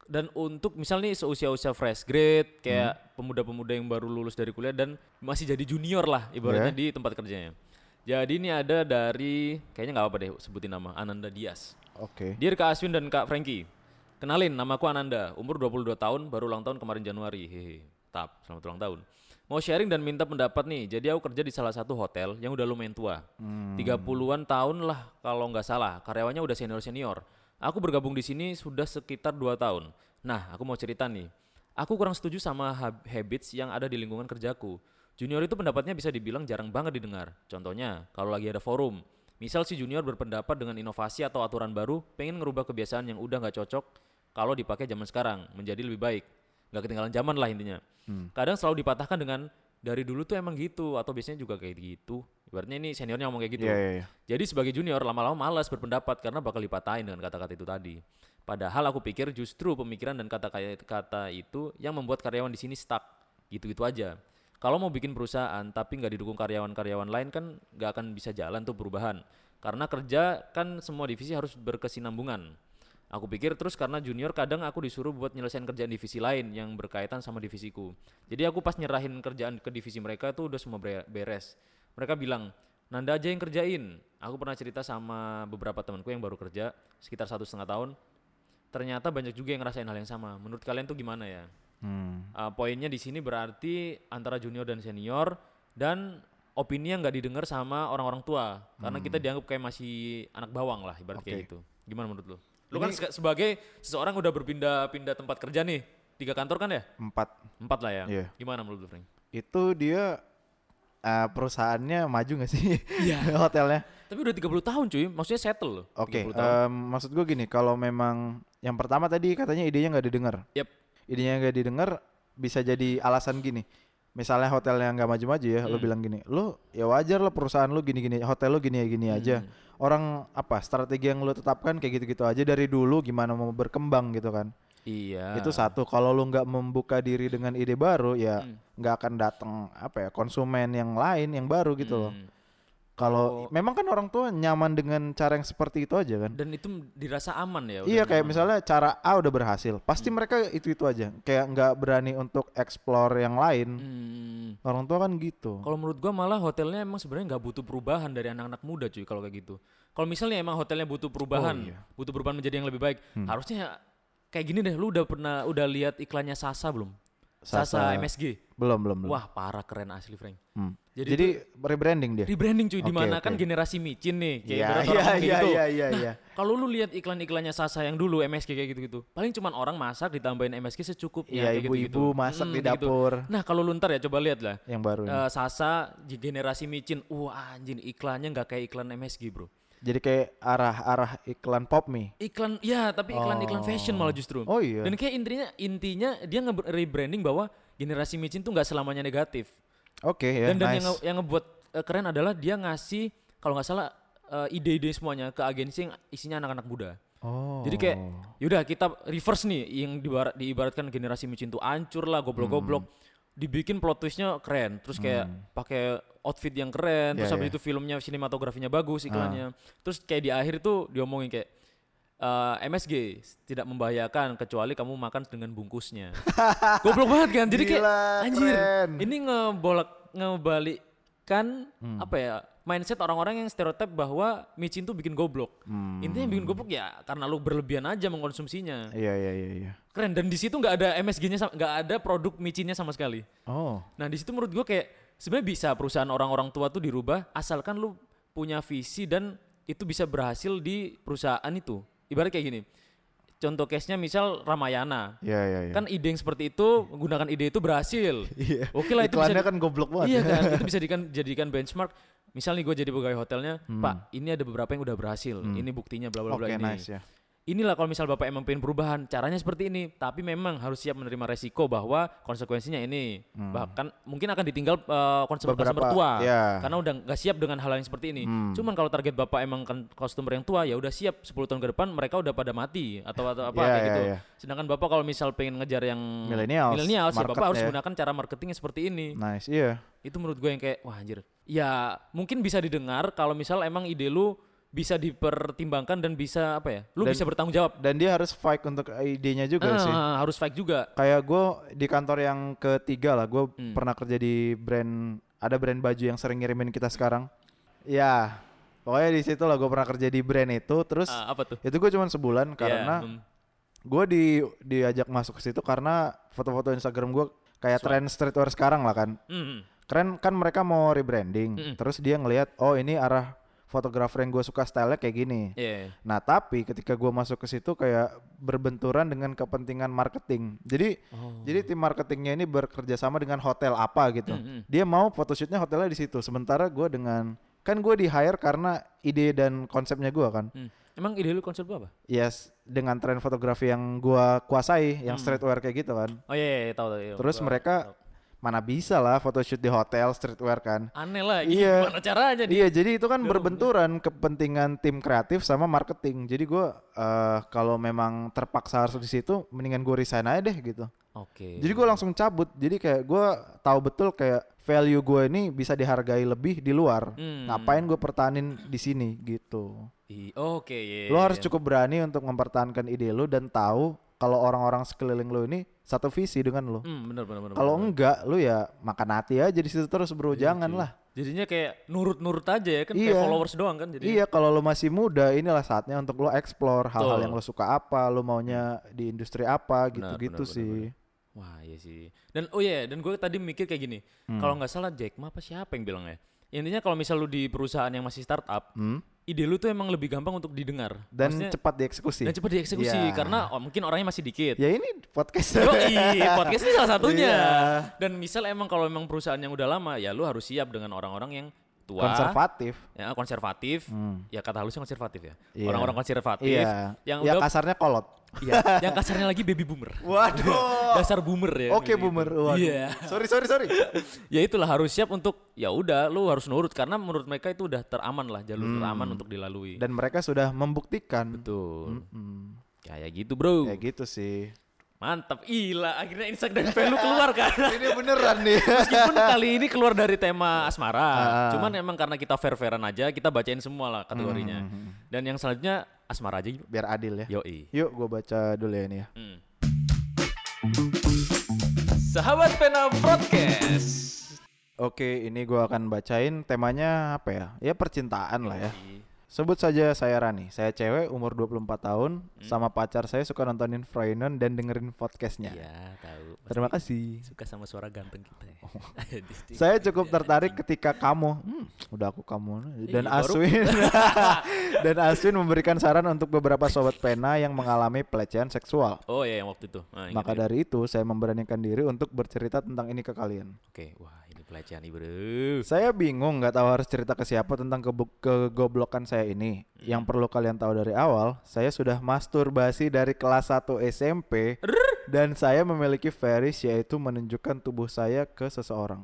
Dan untuk misal nih seusia-usia fresh grade kayak hmm. pemuda-pemuda yang baru lulus dari kuliah dan masih jadi junior lah ibaratnya yeah. di tempat kerjanya. Jadi ini ada dari kayaknya nggak apa deh sebutin nama Ananda Dias. Oke. Okay. Dear Kak Aswin dan Kak Frankie. Kenalin, namaku Ananda, umur dua puluh dua tahun, baru ulang tahun kemarin Januari. Hehe. Tap, selamat ulang tahun. Mau sharing dan minta pendapat nih. Jadi aku kerja di salah satu hotel yang udah lumayan tua. Hmm. tiga puluhan tahun lah kalau nggak salah. Karyawannya udah senior-senior. Aku bergabung di sini sudah sekitar dua tahun. Nah, aku mau cerita nih. Aku kurang setuju sama habits yang ada di lingkungan kerjaku. Junior itu pendapatnya bisa dibilang jarang banget didengar. Contohnya, kalau lagi ada forum. Misal si junior berpendapat dengan inovasi atau aturan baru, pengen ngerubah kebiasaan yang udah gak cocok kalau dipakai zaman sekarang, menjadi lebih baik. Gak ketinggalan zaman lah intinya. Hmm. Kadang selalu dipatahkan dengan, dari dulu tuh emang gitu, atau biasanya juga kayak gitu. Ibaratnya ini seniornya ngomong kayak gitu. Yeah, yeah, yeah. Jadi sebagai junior lama-lama malas berpendapat karena bakal dipatahin dengan kata-kata itu tadi. Padahal aku pikir justru pemikiran dan kata-kata itu yang membuat karyawan di sini stuck. Gitu-gitu aja. Kalau mau bikin perusahaan tapi nggak didukung karyawan-karyawan lain kan nggak akan bisa jalan tuh perubahan. Karena kerja kan semua divisi harus berkesinambungan. Aku pikir terus karena junior kadang aku disuruh buat nyelesain kerjaan divisi lain yang berkaitan sama divisiku. Jadi aku pas nyerahin kerjaan ke divisi mereka tuh udah semua beres. Mereka bilang, Nanda aja yang kerjain. Aku pernah cerita sama beberapa temanku yang baru kerja sekitar satu setengah tahun. Ternyata banyak juga yang ngerasain hal yang sama. Menurut kalian tuh gimana ya? Hmm. Uh, poinnya di sini berarti antara junior dan senior dan opini yang nggak didengar sama orang-orang tua. Karena hmm. kita dianggap kayak masih anak bawang lah ibarat okay. kayak gitu. Gimana menurut lu? Lu kan se- sebagai seseorang udah berpindah-pindah tempat kerja nih. Tiga kantor kan ya? Empat. Empat lah ya? Yeah. Gimana menurut lu, Frank? Itu dia... Uh, perusahaannya maju gak sih yeah. hotelnya? Tapi udah tiga puluh tahun cuy, maksudnya settle loh. Oke, okay, um, maksud gue gini, kalau memang yang pertama tadi katanya idenya gak didengar. Yep. Idenya gak didengar bisa jadi alasan gini. Misalnya hotel yang gak maju-maju ya, hmm. lo bilang gini, lo ya wajar lah perusahaan lo gini-gini, hotel lo gini-gini hmm. aja. Orang apa, strategi yang lo tetapkan kayak gitu-gitu aja dari dulu gimana mau berkembang gitu kan. Iya. Itu satu. Kalau lu nggak membuka diri dengan ide baru, ya nggak hmm. akan datang apa ya konsumen yang lain yang baru gitu hmm. loh. Kalau oh. memang kan orang tua nyaman dengan cara yang seperti itu aja kan. Dan itu dirasa aman ya. Iya kayak nyaman. Misalnya cara A udah berhasil, pasti hmm. mereka itu itu aja. Kayak nggak berani untuk explore yang lain. Hmm. Orang tua kan gitu. Kalau menurut gua malah hotelnya emang sebenarnya nggak butuh perubahan dari anak-anak muda cuy kalau kayak gitu. Kalau misalnya emang hotelnya butuh perubahan, oh, iya. butuh perubahan menjadi yang lebih baik, hmm. harusnya kayak gini deh, lu udah pernah udah lihat iklannya Sasa belum? Sasa, Sasa M S G. Belum, belum, belum. Wah, parah keren asli, Frank. Hmm. Jadi, Jadi rebranding dia. Rebranding cuy, okay, di mana okay. kan generasi micin nih, kayak yeah, berat yeah, orang yeah, kayak yeah, gitu. Yeah, yeah, nah, yeah. kalau lu lihat iklan-iklannya Sasa yang dulu M S G kayak gitu-gitu, paling cuman orang masak ditambahin M S G secukupnya yeah, kayak ibu-ibu gitu-gitu. masak hmm, di dapur. Gitu. Nah, kalau lu ntar ya coba lihat lah. Yang baru. Uh, Sasa di generasi micin, wah anjing iklannya nggak kayak iklan M S G, bro. Jadi kayak arah-arah iklan pop mie. Iklan ya, tapi iklan-iklan oh. fashion malah justru. Oh iya. Dan kayak intinya intinya dia nge-rebranding bahwa generasi micin tuh nggak selamanya negatif. Oke okay, ya. Dan, dan nice. yang nge- yang ngebuat uh, keren adalah dia ngasih kalau nggak salah uh, ide-ide semuanya ke agensi yang isinya anak-anak muda. Oh. Jadi kayak yaudah kita reverse nih yang dibarat, diibaratkan generasi micin tuh hancur lah, goblok-goblok. Hmm. Dibikin plot twistnya keren, terus kayak hmm. pakai outfit yang keren, yeah, terus habis yeah. itu filmnya sinematografinya bagus iklannya, uh. terus kayak di akhir tuh diomongin kayak uh, M S G tidak membahayakan kecuali kamu makan dengan bungkusnya. Goblok banget kan, jadi kayak gila, anjir, keren. ini ngebolak ngebalikkan hmm. apa ya mindset orang-orang yang stereotip bahwa micin tuh bikin goblok. Hmm. Intinya yang bikin goblok ya karena lu berlebihan aja mengkonsumsinya. Iya iya iya. iya. Keren, dan di situ nggak ada M S G-nya, nggak ada produk micinnya sama sekali. Oh. Nah di situ menurut gue kayak sebenarnya bisa perusahaan orang-orang tua tuh dirubah asalkan lu punya visi dan itu bisa berhasil di perusahaan itu. Ibarat kayak gini. Contoh case-nya misal Ramayana. Iya iya iya. Kan ide yang seperti itu, menggunakan ide itu berhasil. Iya. Oke lah itu bisa. Iklannya kan goblok banget. Iya kan, itu bisa dijadikan, jadikan benchmark. Misal nih gue jadi pegawai hotelnya, hmm. Pak, ini ada beberapa yang udah berhasil. Hmm. Ini buktinya bla bla bla okay, ini. Nice, ya. Inilah kalau misal Bapak emang pengen perubahan, caranya seperti ini. Tapi memang harus siap menerima resiko bahwa konsekuensinya ini. Hmm. Bahkan mungkin akan ditinggal uh, customer tua. Yeah. Karena udah gak siap dengan hal yang seperti ini. Hmm. Cuman kalau target Bapak emang kan customer yang tua, ya udah siap sepuluh tahun ke depan mereka udah pada mati. Atau, atau apa yeah, kayak yeah, gitu. Yeah. Sedangkan Bapak kalau misal pengen ngejar yang milenial, ya Bapak harus gunakan cara marketingnya seperti ini. Nice, iya. Yeah. Itu menurut gue yang kayak, wah anjir. Ya mungkin bisa didengar kalau misal emang ide lu bisa dipertimbangkan dan bisa apa ya? Lu Dan- bisa bertanggung jawab. Dan dia harus fight untuk idenya juga Ah, sih. harus fight juga. Kayak gue di kantor yang ketiga lah, gue Hmm. pernah kerja di brand, ada brand baju yang sering ngirimin kita sekarang. Ya, pokoknya di situ lah gue pernah kerja di brand itu. Terus Ah, apa tuh? itu gue cuma sebulan Ya, karena hmm. gue di diajak masuk ke situ karena foto-foto Instagram gue kayak Swag. tren streetwear sekarang lah kan. Hmm. Keren kan, mereka mau rebranding. Mm-mm. Terus dia ngelihat, oh ini arah fotografer yang gue suka style-nya kayak gini. Iya. Nah tapi ketika gue masuk ke situ kayak berbenturan dengan kepentingan marketing. Jadi Oh. jadi tim marketingnya ini bekerja sama dengan hotel apa gitu. Mm-mm. Dia mau photoshootnya hotelnya di situ. Sementara gue dengan kan gue di hire karena ide dan konsepnya gue kan. Hmm. Emang ide lu konsep lu apa? Yes, dengan tren fotografi yang gue kuasai, yang Hmm. streetwear kayak gitu kan. Oh iya, iya tahu tahu. iya. Terus Gua mereka tahu. mana bisa lah photoshoot di hotel streetwear kan. Aneh lah, Iya. gimana caranya dia? Iya, jadi itu kan Jauh, berbenturan kepentingan tim kreatif sama marketing. Jadi gue eh kalau memang terpaksa harus di situ, mendingan gue resign aja deh gitu. Oke. Jadi gue langsung cabut. Jadi kayak gue tahu betul kayak value gue ini bisa dihargai lebih di luar. Hmm. Ngapain gue pertahanin di sini gitu. I- Oke, iya. Lo iya, harus iya. cukup berani untuk mempertahankan ide lo dan tahu kalau orang-orang sekeliling lo ini satu visi dengan lo. Hmm, benar benar benar. Kalau benar. enggak, lu ya makan hati aja di situ terus bro, Iya, jangan cuy. lah. Jadinya kayak nurut-nurut aja ya kan, Iya. kayak followers doang kan jadi. Iya, kalau lu masih muda, inilah saatnya untuk lu explore hal-hal Betul. yang lu suka apa, lu maunya di industri apa, Benar, gitu-gitu benar, sih. benar, Wah iya sih. Dan oh iya, dan gue tadi mikir kayak gini. Hmm. Kalau nggak salah Jack Ma apa siapa yang bilang ya? Intinya kalau misal lu di perusahaan yang masih startup, Hmm? ide lu tuh emang lebih gampang untuk didengar. Dan Maksudnya- cepat dieksekusi. dan cepat dieksekusi Iya. karena oh, mungkin orangnya masih dikit. Ya ini podcast. Yoi, podcast ini salah satunya. Iya. Dan misal emang kalau emang perusahaan yang udah lama, ya lu harus siap dengan orang-orang yang tua, Konservatif. ya konservatif, Hmm. ya kata halusnya konservatif ya. Iya. Orang-orang konservatif Iya. yang ya udah kasarnya kolot. iya, yang kasarnya lagi baby boomer. Waduh. Dasar boomer ya. Oke, gitu. boomer. Waduh. Iya. Sorry, sorry, sorry. Ya itulah harus siap untuk ya udah lu harus nurut karena menurut mereka itu udah teraman lah, jalur Hmm. teraman untuk dilalui. Dan mereka sudah membuktikan. Betul. Hmm. Kayak gitu, Bro. Kayak gitu sih. Mantap. Gila, akhirnya Instagram value keluar kan. Ini beneran nih. Meskipun kali ini keluar dari tema asmara, Ah. cuman emang karena kita fair-fairan aja, kita bacain semua lah kategorinya. Hmm. Dan yang selanjutnya asmara aja. Biar adil ya. Yoi. Yuk, gue baca dulu ya ini ya. Hmm. Sahabat Pena Podcast. Oke, ini gua akan bacain temanya apa ya? Ya percintaan lah ya. Sebut saja saya Rani. Saya cewek, umur dua puluh empat tahun, sama pacar saya suka nontonin Freunen dan dengerin podcastnya. Iya, tahu. Pasti Terima kasih. Suka sama suara ganteng kita ya. Saya cukup tertarik ketika kamu, hmm, udah aku kamu, dan Ih, baru- Aswin dan Aswin memberikan saran untuk beberapa sobat pena yang mengalami pelecehan seksual. Oh iya yang waktu itu. Nah, ingat Maka ya. dari itu saya memberanikan diri untuk bercerita tentang ini ke kalian. Oke, wah ini pelecehan nih bro. Saya bingung nggak tahu harus cerita ke siapa tentang kebo- kegoblokan saya ini. Hmm. Yang perlu kalian tahu dari awal, saya sudah masturbasi dari kelas satu S M P dan saya memiliki fetish yaitu menunjukkan tubuh saya ke seseorang.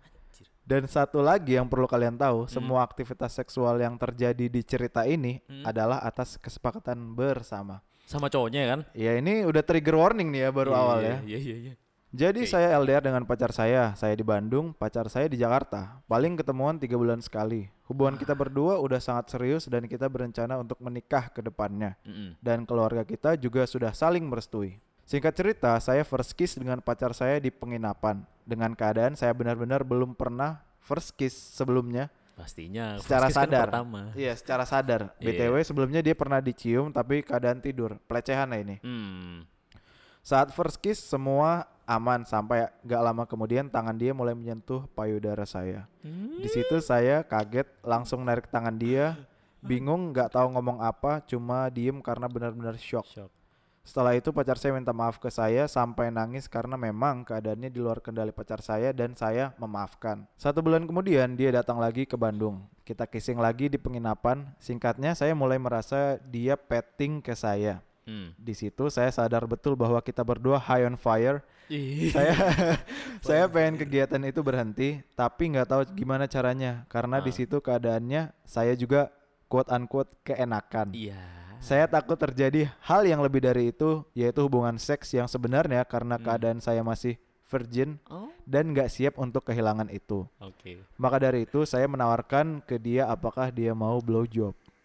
Dan satu lagi yang perlu kalian tahu, semua aktivitas seksual yang terjadi di cerita ini Hmm. adalah atas kesepakatan bersama. Sama cowoknya kan? Ya ini udah trigger warning nih ya baru Iya, awal iya, ya. Iya iya iya. Jadi Oke. saya L D R dengan pacar saya, saya di Bandung, pacar saya di Jakarta. Paling ketemuan tiga bulan sekali. Hubungan kita berdua udah sangat serius dan kita berencana untuk menikah ke depannya. Mm-mm. Dan keluarga kita juga sudah saling merestui. Singkat cerita, saya first kiss dengan pacar saya di penginapan. Dengan keadaan saya benar-benar belum pernah first kiss sebelumnya Pastinya. secara first kiss kan sadar. pertama. Iya, secara sadar. Iya. B T W sebelumnya dia pernah dicium tapi keadaan tidur. Pelecehan lah ini. Hmm. Saat first kiss semua aman sampai gak lama kemudian tangan dia mulai menyentuh payudara saya. Di situ saya kaget langsung narik tangan dia, bingung gak tahu ngomong apa, cuma diem karena benar-benar shock. Shock. Setelah itu pacar saya minta maaf ke saya sampai nangis karena memang keadaannya di luar kendali pacar saya dan saya memaafkan. Satu bulan kemudian dia datang lagi ke Bandung. Kita kissing lagi di penginapan. Singkatnya saya mulai merasa dia petting ke saya. Hmm. Di situ saya sadar betul bahwa kita berdua high on fire. Ih. saya saya pengen kegiatan itu berhenti, tapi nggak tahu gimana caranya karena di Ah. situ keadaannya saya juga quote unquote keenakan. Iya. Saya takut terjadi hal yang lebih dari itu, yaitu hubungan seks yang sebenarnya karena Hmm. keadaan saya masih virgin Oh, dan nggak siap untuk kehilangan itu. oke. Maka dari itu saya menawarkan ke dia apakah dia mau blow job.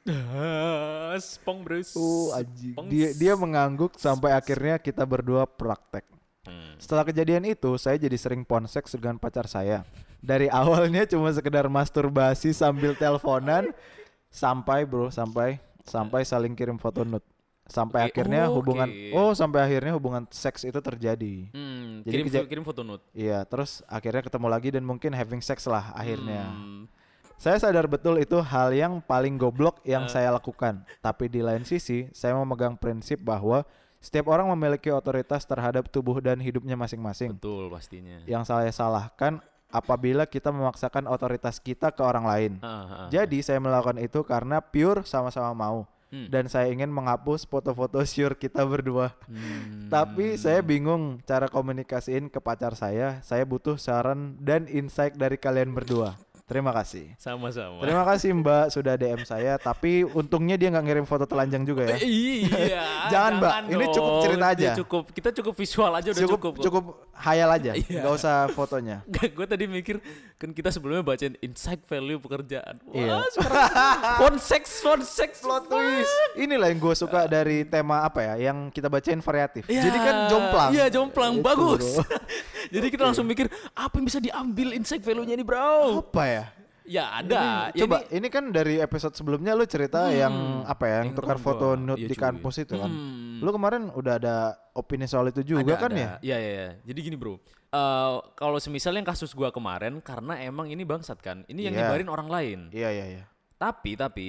Ah, Spong bros. Uh, anjing. Spongs. Dia dia mengangguk sampai akhirnya kita berdua praktek. Hmm. Setelah kejadian itu, saya jadi sering ponseks dengan pacar saya. Dari awalnya cuma sekedar masturbasi sambil teleponan, sampai bro, sampai sampai saling kirim foto nude. Sampai Oke, akhirnya oke. hubungan, oh sampai akhirnya hubungan seks itu terjadi. Hmm, Jadi kirim, keja- kirim foto nude. Iya, terus akhirnya ketemu lagi dan mungkin having sex lah akhirnya. Hmm. Saya sadar betul itu hal yang paling goblok yang Uh. saya lakukan. Tapi di lain sisi, saya memegang prinsip bahwa setiap orang memiliki otoritas terhadap tubuh dan hidupnya masing-masing. Betul pastinya. Yang saya salahkan apabila kita memaksakan otoritas kita ke orang lain. Ah, ah, Jadi saya melakukan itu karena pure sama-sama mau. Hmm. Dan saya ingin menghapus foto-foto syur kita berdua. Hmm. Tapi saya bingung cara komunikasiin ke pacar saya. Saya butuh saran dan insight dari kalian berdua. Terima kasih. Sama-sama. Terima kasih Mbak sudah D M saya. Tapi untungnya dia nggak ngirim foto telanjang juga ya. Iya. Jangan, Mbak. Ini dong. cukup cerita aja. Ini cukup. Kita cukup visual aja udah Cukup cukup. kok. cukup hayal aja. Iya. Nggak usah fotonya. Gue tadi mikir kan kita sebelumnya bacain insight value pekerjaan. Wah, Iya. sekarang phone sex, phone sex. Plot twist. Inilah yang gue suka dari tema apa ya, yang kita bacain variatif. Iya, Jadi kan jomplang. Iya, jomplang. Itu, Bagus. bro. Jadi kita langsung mikir apa yang bisa diambil insight value-nya nih, Bro? Apa ya? Ya ada. Ini, Ya, coba ini- ini kan dari episode sebelumnya lu cerita yang apa ya, yang yang tukar temen foto gua. nude Iya, di cuy. kampus itu kan. Hmm. Lu kemarin udah ada opini soal itu juga Ada, kan ada. ya? Iya, iya, iya. Jadi gini, Bro. Eh, kalau semisal yang kasus gua kemarin karena emang ini bangsat kan. Ini yang Iya. nyebarin orang lain. Iya iya iya. Tapi tapi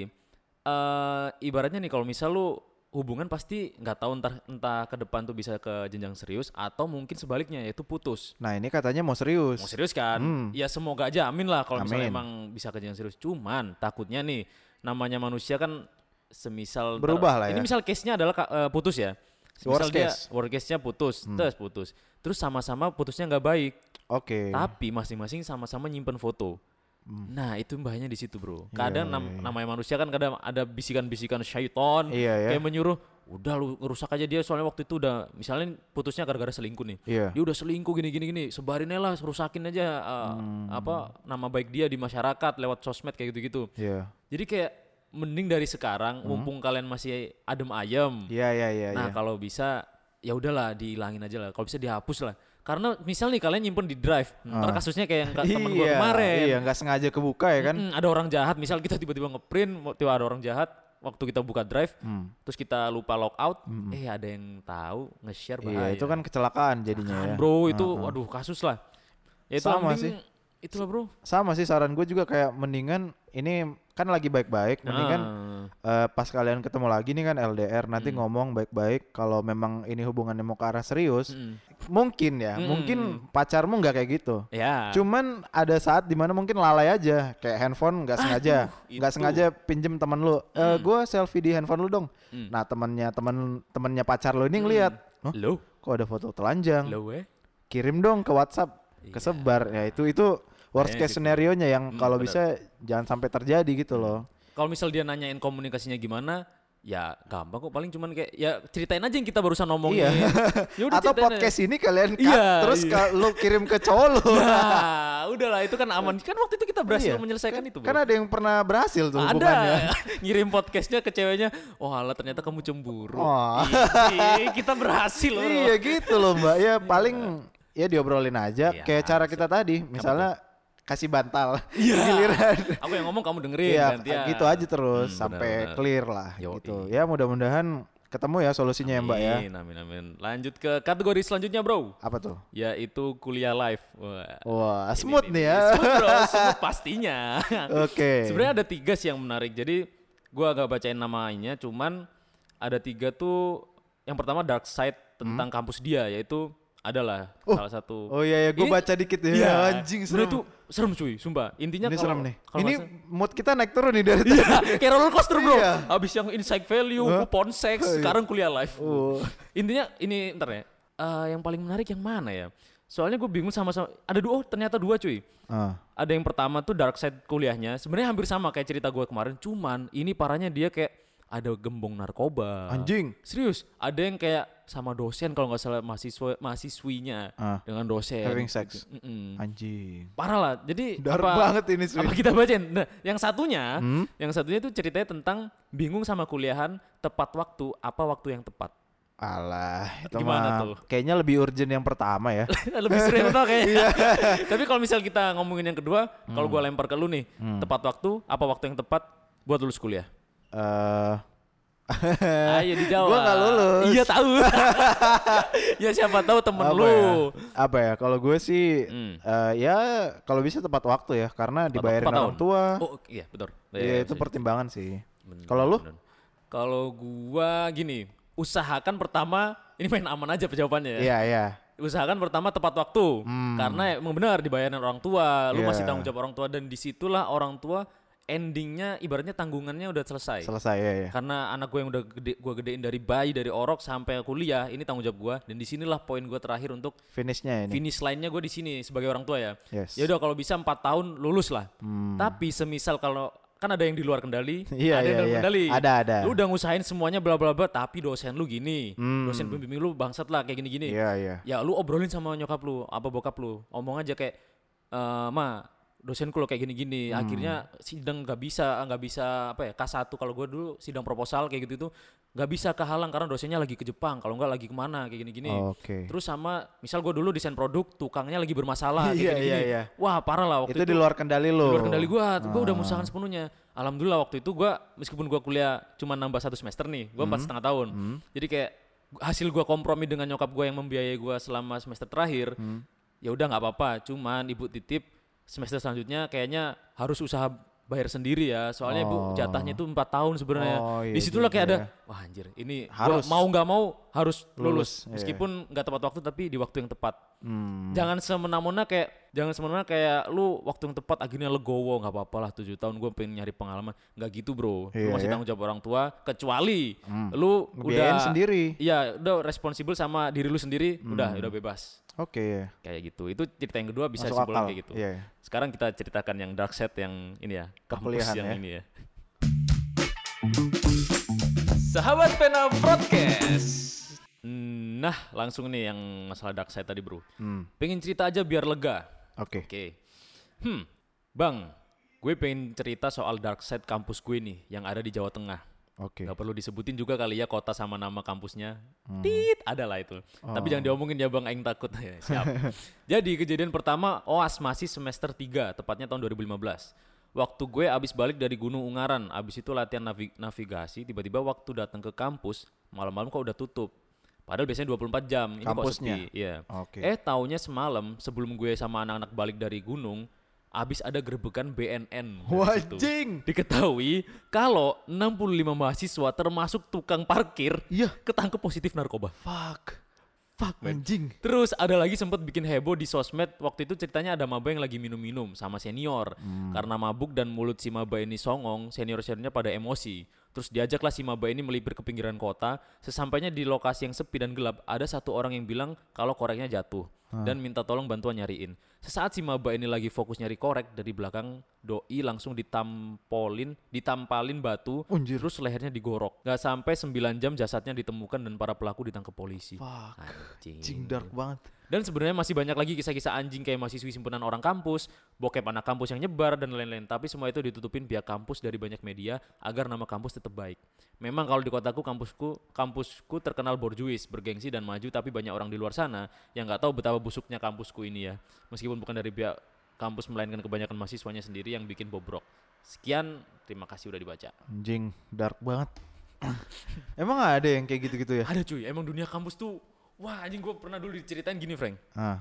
eh ibaratnya nih kalau misal lu hubungan pasti nggak tahu entah entah ke depan tuh bisa ke jenjang serius atau mungkin sebaliknya yaitu putus. Nah, ini katanya mau serius. Mau serius kan? Hmm. Ya semoga aja amin lah kalau misalnya Amin. emang bisa ke jenjang serius. Cuman takutnya nih namanya manusia kan semisal ntar- Berubah lah ya. Ini misal case-nya adalah ka- eh, putus ya. Semisal Worst dia case. worst case-nya putus, Hmm. terus putus. Terus sama-sama putusnya nggak baik. Oke. Tapi masing-masing sama-sama nyimpen foto. Hmm. Nah itu bahayanya di situ bro. Iya, Kadang iya, nam- iya. namanya manusia kan kadang ada bisikan-bisikan syaiton Iya ya. kayak menyuruh, udah lu ngerusak aja dia soalnya waktu itu udah misalnya putusnya gara-gara selingkuh nih. Iya. Dia udah selingkuh gini-gini gini, sebarin aja lah, rusakin aja uh, Hmm. apa nama baik dia di masyarakat lewat sosmed kayak gitu-gitu. Iya. Jadi kayak mending dari sekarang mumpung kalian masih adem ayem. Iya iya iya. Nah iya. kalau bisa ya udahlah dihilangin aja lah. Kalau bisa dihapus lah. Karena misal nih kalian nyimpen di drive, ntar Ah. kasusnya kayak yang ka- temen gue Iya, kemarin. Iya, nggak sengaja kebuka ya kan? Mm-mm, ada orang jahat, misal kita tiba-tiba ngeprint, mau- tiba ada orang jahat, waktu kita buka drive, Hmm. terus kita lupa logout, eh ada yang tahu nge-share bahaya. Iya, itu kan kecelakaan jadinya Kan, ya. bro, itu Ah, ah. waduh kasus lah. Ya itu Sama mending- sih. Itulah bro. Sama sih saran gue juga kayak mendingan ini kan lagi baik-baik, mendingan Ah. eh, pas kalian ketemu lagi nih kan L D R nanti Hmm. ngomong baik-baik kalau memang ini hubungannya mau ke arah serius, Mm-mm. mungkin ya, Hmm. mungkin pacarmu nggak kayak gitu. Ya. Cuman ada saat dimana mungkin lalai aja, kayak handphone nggak sengaja, nggak itu. sengaja pinjem temen lu, eh Hmm. gue selfie di handphone lu dong. Hmm. Nah temennya temen temennya pacar lu ini ngeliat, oh, Lo, kok ada foto telanjang, lo eh. kirim dong ke WhatsApp, Iya. kesebar. Ya itu itu worst Kayaknya case gitu. scenario nya yang Hmm, kalau benar. bisa jangan sampai terjadi gitu loh. Kalau misal dia nanyain komunikasinya gimana, ya gampang kok. Paling cuman kayak ya ceritain aja yang kita barusan ngomongin. Iya. Ya udah Atau ceritain aja. podcast ini kalian cut Iya, terus iya. ka- lu kirim ke cowok lu. Nah, udahlah itu kan aman. Kan waktu itu kita berhasil Iya. menyelesaikan itu, Bro. Kan ada yang pernah berhasil tuh hubungannya. Ada ngirim podcastnya ke ceweknya. Oh alah ternyata kamu cemburu. Oh. Ih, kita berhasil loh. Iya gitu loh Mbak. Ya paling ya diobrolin aja Iya, kayak cara kita tadi. Misalnya kasih bantal giliran. Aku yang ngomong kamu dengerin Iya gantian. gitu aja terus Hmm, sampai benar-benar. clear lah Yoi. gitu. Ya mudah-mudahan ketemu ya solusinya ya Mbak ya. Amin, amin, amin. Lanjut ke kategori selanjutnya, Bro. Apa tuh? Yaitu kuliah live. Wah. Wah, Ini, smooth ini, nih ini. ya. Smooth, bro. Smooth pastinya. Oke. Sebenarnya ada tiga sih yang menarik. Jadi gua agak bacain namanya, cuman ada tiga tuh. Yang pertama dark side tentang kampus dia, yaitu adalah Hmm. Oh. salah satu. Oh iya ya, gue Ini- baca dikit ya. Iya, Anjing sebenarnya serem. itu serem cuy, sumpah. Intinya Ini kalau serem nih. kalau Ini nggak salah- mood kita naik turun nih dari tadi. kayak roller coaster bro. Iya. Habis yang insight value, Hah? kupon seks, Oh, iya. sekarang kuliah live. Oh. Intinya ini ntar ya. eh, yang paling menarik yang mana ya? Soalnya gue bingung sama-sama. Ada dua, oh ternyata dua cuy. Ah. Ada yang pertama tuh dark side kuliahnya. Sebenarnya hampir sama kayak cerita gue kemarin. Cuman ini parahnya dia kayak ada gembong narkoba. Anjing. Serius, ada yang kayak sama dosen kalau nggak salah mahasiswa mahasiswinya Ah. dengan dosen. Having sex. Mm-mm. Anjing. Parah lah. Jadi Dark apa, banget ini Swi. apa kita bacain? Nah, yang satunya, Hmm? yang satunya itu ceritanya tentang bingung sama kuliahan, tepat waktu, apa waktu yang tepat. Alah, itu Gimana mah tuh? kayaknya lebih urgent yang pertama ya. Lebih sering tau Iya. kayaknya. Tapi kalau misal kita ngomongin yang kedua, kalau gua lempar ke lu nih, Hmm. tepat waktu, apa waktu yang tepat buat lulus kuliah? Eh Ayo dijawab. Gua nggak lulus. Iya tahu. Ya siapa tahu temen apa lu. ya? Apa ya? Kalau gue sih Hmm. eh, ya kalau bisa tepat waktu ya karena dibayarin Empat orang tahun. tua. Oh iya betul. Iya, itu bisa- pertimbangan sih. bener, Kalau lu? bener. Kalau gua gini, usahakan pertama ini main aman aja jawabannya ya. Iya, iya. Usahakan pertama tepat waktu. Hmm. Karena emang benar dibayarin orang tua, lu Iya. masih tanggung jawab orang tua dan disitulah orang tua endingnya ibaratnya tanggungannya udah selesai. Selesai ya, ya. Karena anak gue yang udah gede, gue gedein dari bayi dari orok sampai kuliah, ini tanggung jawab gue dan disinilah poin gue terakhir untuk Finishnya ini. finish line-nya gue di sini sebagai orang tua ya. Yes. Ya udah kalau bisa empat tahun lulus lah. Hmm. Tapi semisal kalau kan ada yang di luar kendali, Iya, ada yang iya, dalam iya. kendali. Ada, ada. Lu udah ngusahain semuanya bla bla bla, tapi dosen lu gini, Hmm. dosen pembimbing lu bangsat lah kayak gini-gini. Iya, iya. Ya lu obrolin sama nyokap lu, apa bokap lu, omong aja kayak, eh ma, dosenku lo kayak gini-gini, Hmm. akhirnya sidang nggak bisa, nggak bisa apa ya, K satu kalau gue dulu sidang proposal kayak gitu itu nggak bisa kehalang karena dosennya lagi ke Jepang, kalau nggak lagi kemana kayak gini-gini. Oke. Terus sama, misal gue dulu desain produk, tukangnya lagi bermasalah kayak Iya, gini-gini. iya, iya. Wah parah lah waktu Itu itu. di luar kendali Di lo. luar kendali gue, gue udah Ah. mengusahakan sepenuhnya. Alhamdulillah waktu itu gue, meskipun gue kuliah cuma nambah satu semester nih, gue empat setengah tahun. Hmm. Jadi kayak hasil gue kompromi dengan nyokap gue yang membiayai gue selama semester terakhir, Hmm. ya udah nggak apa-apa. Cuman ibu titip semester selanjutnya kayaknya harus usaha bayar sendiri ya. Soalnya Oh. ibu jatahnya itu empat tahun sebenarnya. Oh, iya Disitulah kayak juga ada, ya. wah anjir, ini gua Harus. mau nggak mau harus Lulus, lulus. iya. Meskipun nggak tepat waktu tapi di waktu yang tepat. Hmm. Jangan semena-mena kayak jangan semena-mena kayak lu waktu yang tepat akhirnya legowo, nggak apa-apa lah tujuh tahun gue pengen nyari pengalaman, nggak gitu bro. Iya, Lu masih ya. tanggung jawab orang tua kecuali Hmm. lu Ngebiayain udah sendiri. iya udah responsibel sama diri lu sendiri, Hmm. udah udah bebas Oke ya. kayak gitu. Itu cerita yang kedua bisa Masuk simpulkan akal. kayak gitu. Iya, iya. Sekarang kita ceritakan yang dark side yang ini ya, kampus Perkuliahan yang ya. ini ya. Sahabat Pena Podcast. Nah, langsung nih yang masalah dark side tadi, Bro. Hmm. Pengen cerita aja biar lega. Oke. Oke. Hmm, Bang, gue pengen cerita soal dark side kampus gue nih yang ada di Jawa Tengah. Oke. Gak perlu disebutin juga kali ya kota sama nama kampusnya. Hmm. Tit, ada lah itu. Tapi Oh. jangan diomongin ya Bang, aing takut. Ya, siap. Jadi kejadian pertama, O A S masih semester tiga, tepatnya tahun dua ribu lima belas. Waktu gue abis balik dari Gunung Ungaran, abis itu latihan navi- navigasi, tiba-tiba waktu datang ke kampus, malam-malam kok udah tutup. Padahal biasanya dua puluh empat jam, ini kok Kampusnya? sepi. Iya. Oke. Eh taunya semalam sebelum gue sama anak-anak balik dari gunung, abis ada gerbekan B N N. dari Wah, situ. anjing. Diketahui kalau enam puluh lima mahasiswa termasuk tukang parkir Iya. ketangkep positif narkoba. Fuck. Fuck man. Anjing. Terus ada lagi sempat bikin heboh di sosmed. Waktu itu ceritanya ada maba yang lagi minum-minum sama senior. Hmm. Karena mabuk dan mulut si maba ini songong, senior-seniornya pada emosi. Terus diajaklah si maba ini melipir ke pinggiran kota. Sesampainya di lokasi yang sepi dan gelap, ada satu orang yang bilang kalau koreknya jatuh dan minta tolong bantuan nyariin. Sesaat si maba ini lagi fokus nyari korek, dari belakang doi langsung ditampolin, ditampalin batu, Anjir. terus lehernya digorok. Gak sampai sembilan jam jasadnya ditemukan dan para pelaku ditangkap polisi. Fuck. Anjing. Anjing dark banget. Dan sebenarnya masih banyak lagi kisah-kisah anjing kayak mahasiswi simpenan orang kampus, bokep anak kampus yang nyebar dan lain-lain. Tapi semua itu ditutupin pihak kampus dari banyak media agar nama kampus tetap baik. Memang kalau di kotaku kampusku kampusku terkenal borjuis, bergengsi dan maju, tapi banyak orang di luar sana yang nggak tahu betapa busuknya kampusku ini ya. Meskipun bukan dari pihak kampus melainkan kebanyakan mahasiswanya sendiri yang bikin bobrok. Sekian, terima kasih udah dibaca. Anjing dark banget. Emang gak ada yang kayak gitu-gitu ya? Ada cuy, emang dunia kampus tuh, wah anjing gue pernah dulu diceritain gini Frank. Ah,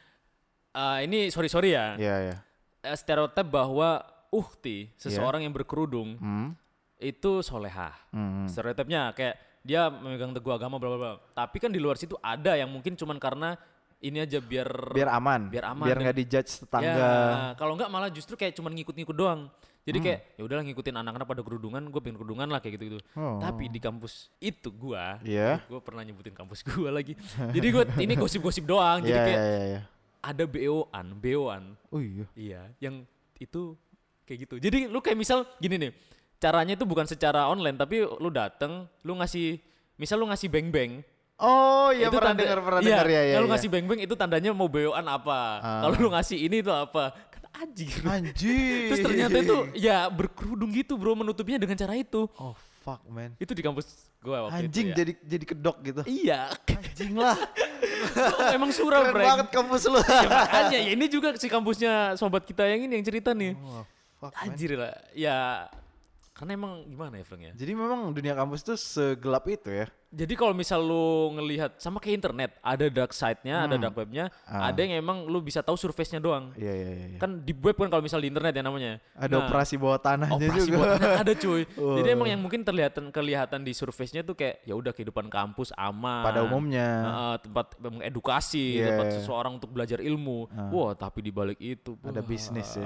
Uh, ini sorry-sorry ya. iya iya. Eh, stereotip bahwa uhti seseorang yang berkerudung Hmm. itu solehah. Hmm. Stereotipnya kayak dia memegang teguh agama bla bla bla. Tapi kan di luar situ ada yang mungkin cuman karena ini aja biar Biar aman. biar aman Biar dan- nggak dijudge tetangga. Ya, kalau enggak malah justru kayak cuman ngikut-ngikut doang. Jadi Hmm. kayak ya udahlah ngikutin anak-anak pada kerudungan, gue pengen kerudungan lah kayak gitu-gitu. Oh. Tapi di kampus itu gua, Iya. gue pernah nyebutin kampus gua lagi. Jadi gue ini gosip-gosip doang. Jadi Iya kayak iya iya. ada B O-an, B O-an. Oh iya. Iya, yang itu kayak gitu. Jadi lu kayak misal gini nih, caranya itu bukan secara online tapi lu dateng, lu ngasih, misal lu ngasih beng-beng. Oh iya itu pernah tanda- dengar pernah iya, dengar ya ya. Kalau ya. ngasih beng-beng itu tandanya mau beoan apa. Ah. Kalau lu ngasih ini itu apa? Kan anjir. Anjir. Terus ternyata itu ya berkerudung gitu bro, menutupnya dengan cara itu. Oh fuck man. Itu di kampus gua waktu Anjing itu ya. jadi jadi kedok gitu. Iya. Anjing lah. Emang surau, Keren Frank. banget kampus lu. Ya makanya ya ini juga si kampusnya sobat kita yang ini yang cerita nih. Oh, fuck, man. Anjir lah. Ya karena emang gimana ya Frank ya. Jadi memang dunia kampus tuh segelap itu ya. Jadi kalau misal lu ngelihat sama kayak internet, ada dark side-nya, ada Hmm. dark web-nya, Ah. ada yang emang lu bisa tahu surface-nya doang. Iya iya iya. Kan di web kan kalau misal di internet ya namanya. Ada Nah, operasi bawah tanahnya operasi juga. bawah tanah ada cuy. Oh. Jadi emang yang mungkin terlihat kelihatan di surface-nya tuh kayak ya udah kehidupan kampus aman. Pada umumnya. Nah, tempat edukasi, Yeah. tempat seseorang untuk belajar ilmu. Ah. Wah, tapi di balik itu Ada wah. bisnis ya.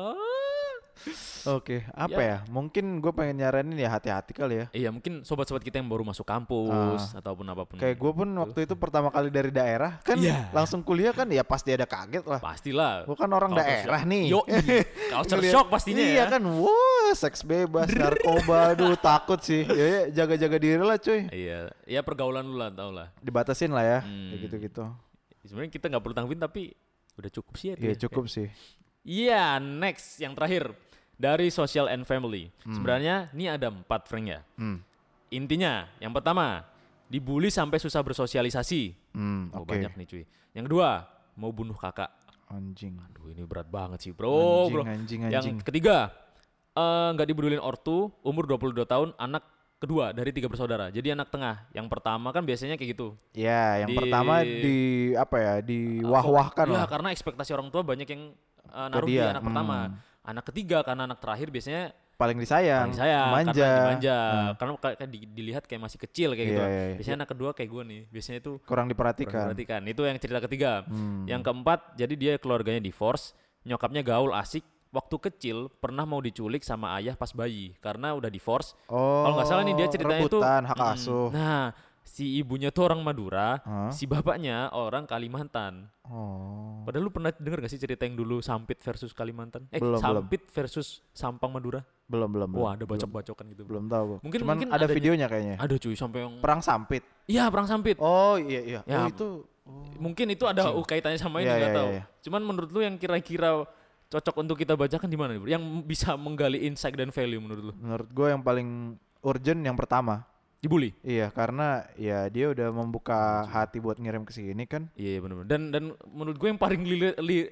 Oke, apa ya? Mungkin gue pengen nyaranin ya hati-hati kali ya. Iya, mungkin sobat-sobat kita yang baru masuk kampus ataupun apapun. Kayak gue pun waktu itu pertama kali dari daerah kan Iya. langsung kuliah kan ya pasti ada kaget lah. Pastilah. Gue kan orang Culture daerah shock. nih. Yo, culture Ngeliat- shock pastinya iya ya. kan, wah seks bebas, narkoba, aduh takut sih. Ya, ya, jaga-jaga diri lah cuy. Iya, ya pergaulan lu lah, tau lah. Dibatasin lah ya, Hmm. kayak gitu-gitu. Sebenarnya kita nggak perlu tanggapin tapi udah cukup sih ya. Iya dia. cukup sih. Iya, next yang terakhir dari social and family. Hmm. Sebenarnya ini ada empat Frank ya. Hmm. Intinya, yang pertama dibully sampai susah bersosialisasi. Hmm, Oh oke. banyak nih cuy. Yang kedua mau bunuh kakak. Anjing. Aduh ini berat banget sih bro. Anjing, bro. anjing, Yang anjing. ketiga eh, nggak dibedulin ortu, umur dua puluh dua tahun, anak kedua dari tiga bersaudara. Jadi anak tengah. Yang pertama kan biasanya kayak gitu. Ya, yang Di- pertama di apa ya, diwah-wahkan Iya lah. karena ekspektasi orang tua banyak yang eh, Ke naruh di dia, anak hmm. pertama. Anak ketiga karena anak terakhir biasanya Paling disayang, paling sayang manja. karena dimanja. Hmm. Karena kayak kayak di- dilihat kayak masih kecil kayak gitu. Iya, iya, iya. Biasanya anak kedua kayak gue nih. Biasanya itu Kurang diperhatikan. perhatikan. Itu yang cerita ketiga. Hmm. Yang keempat, jadi dia keluarganya divorce, nyokapnya gaul asik. Waktu kecil pernah mau diculik sama ayah pas bayi karena udah divorce. Oh, Kalau nggak salah nih dia ceritanya itu. rebutan hak mm, asuh. Nah, si ibunya tuh orang Madura, Hah? si bapaknya orang Kalimantan. Oh. Padahal lu pernah denger gak sih cerita yang dulu Sampit versus Kalimantan? Eh, Belum, belum. Sampit versus Sampang Madura? Belum belum. belum. Wah, ada bacok-bacokan gitu. Belum tahu. gua. Mungkin- Cuman mungkin ada adanya- videonya kayaknya. Ada cuy sampai yang Perang sampit. iya perang Sampit. Oh iya iya. Ya, oh itu. Mungkin itu ada uh, kaitannya sama ini Iya, nggak iya, tahu. iya. Cuman menurut lu yang kira-kira cocok untuk kita bacakan di mana nih, Bro? Yang bisa menggali insight dan value menurut lu? Menurut gue yang paling urgent yang pertama. Dibully. Iya karena ya dia udah membuka hati buat ngirim ke sini kan. Iya, iya benar-benar. Dan dan menurut gue yang paling relate, li-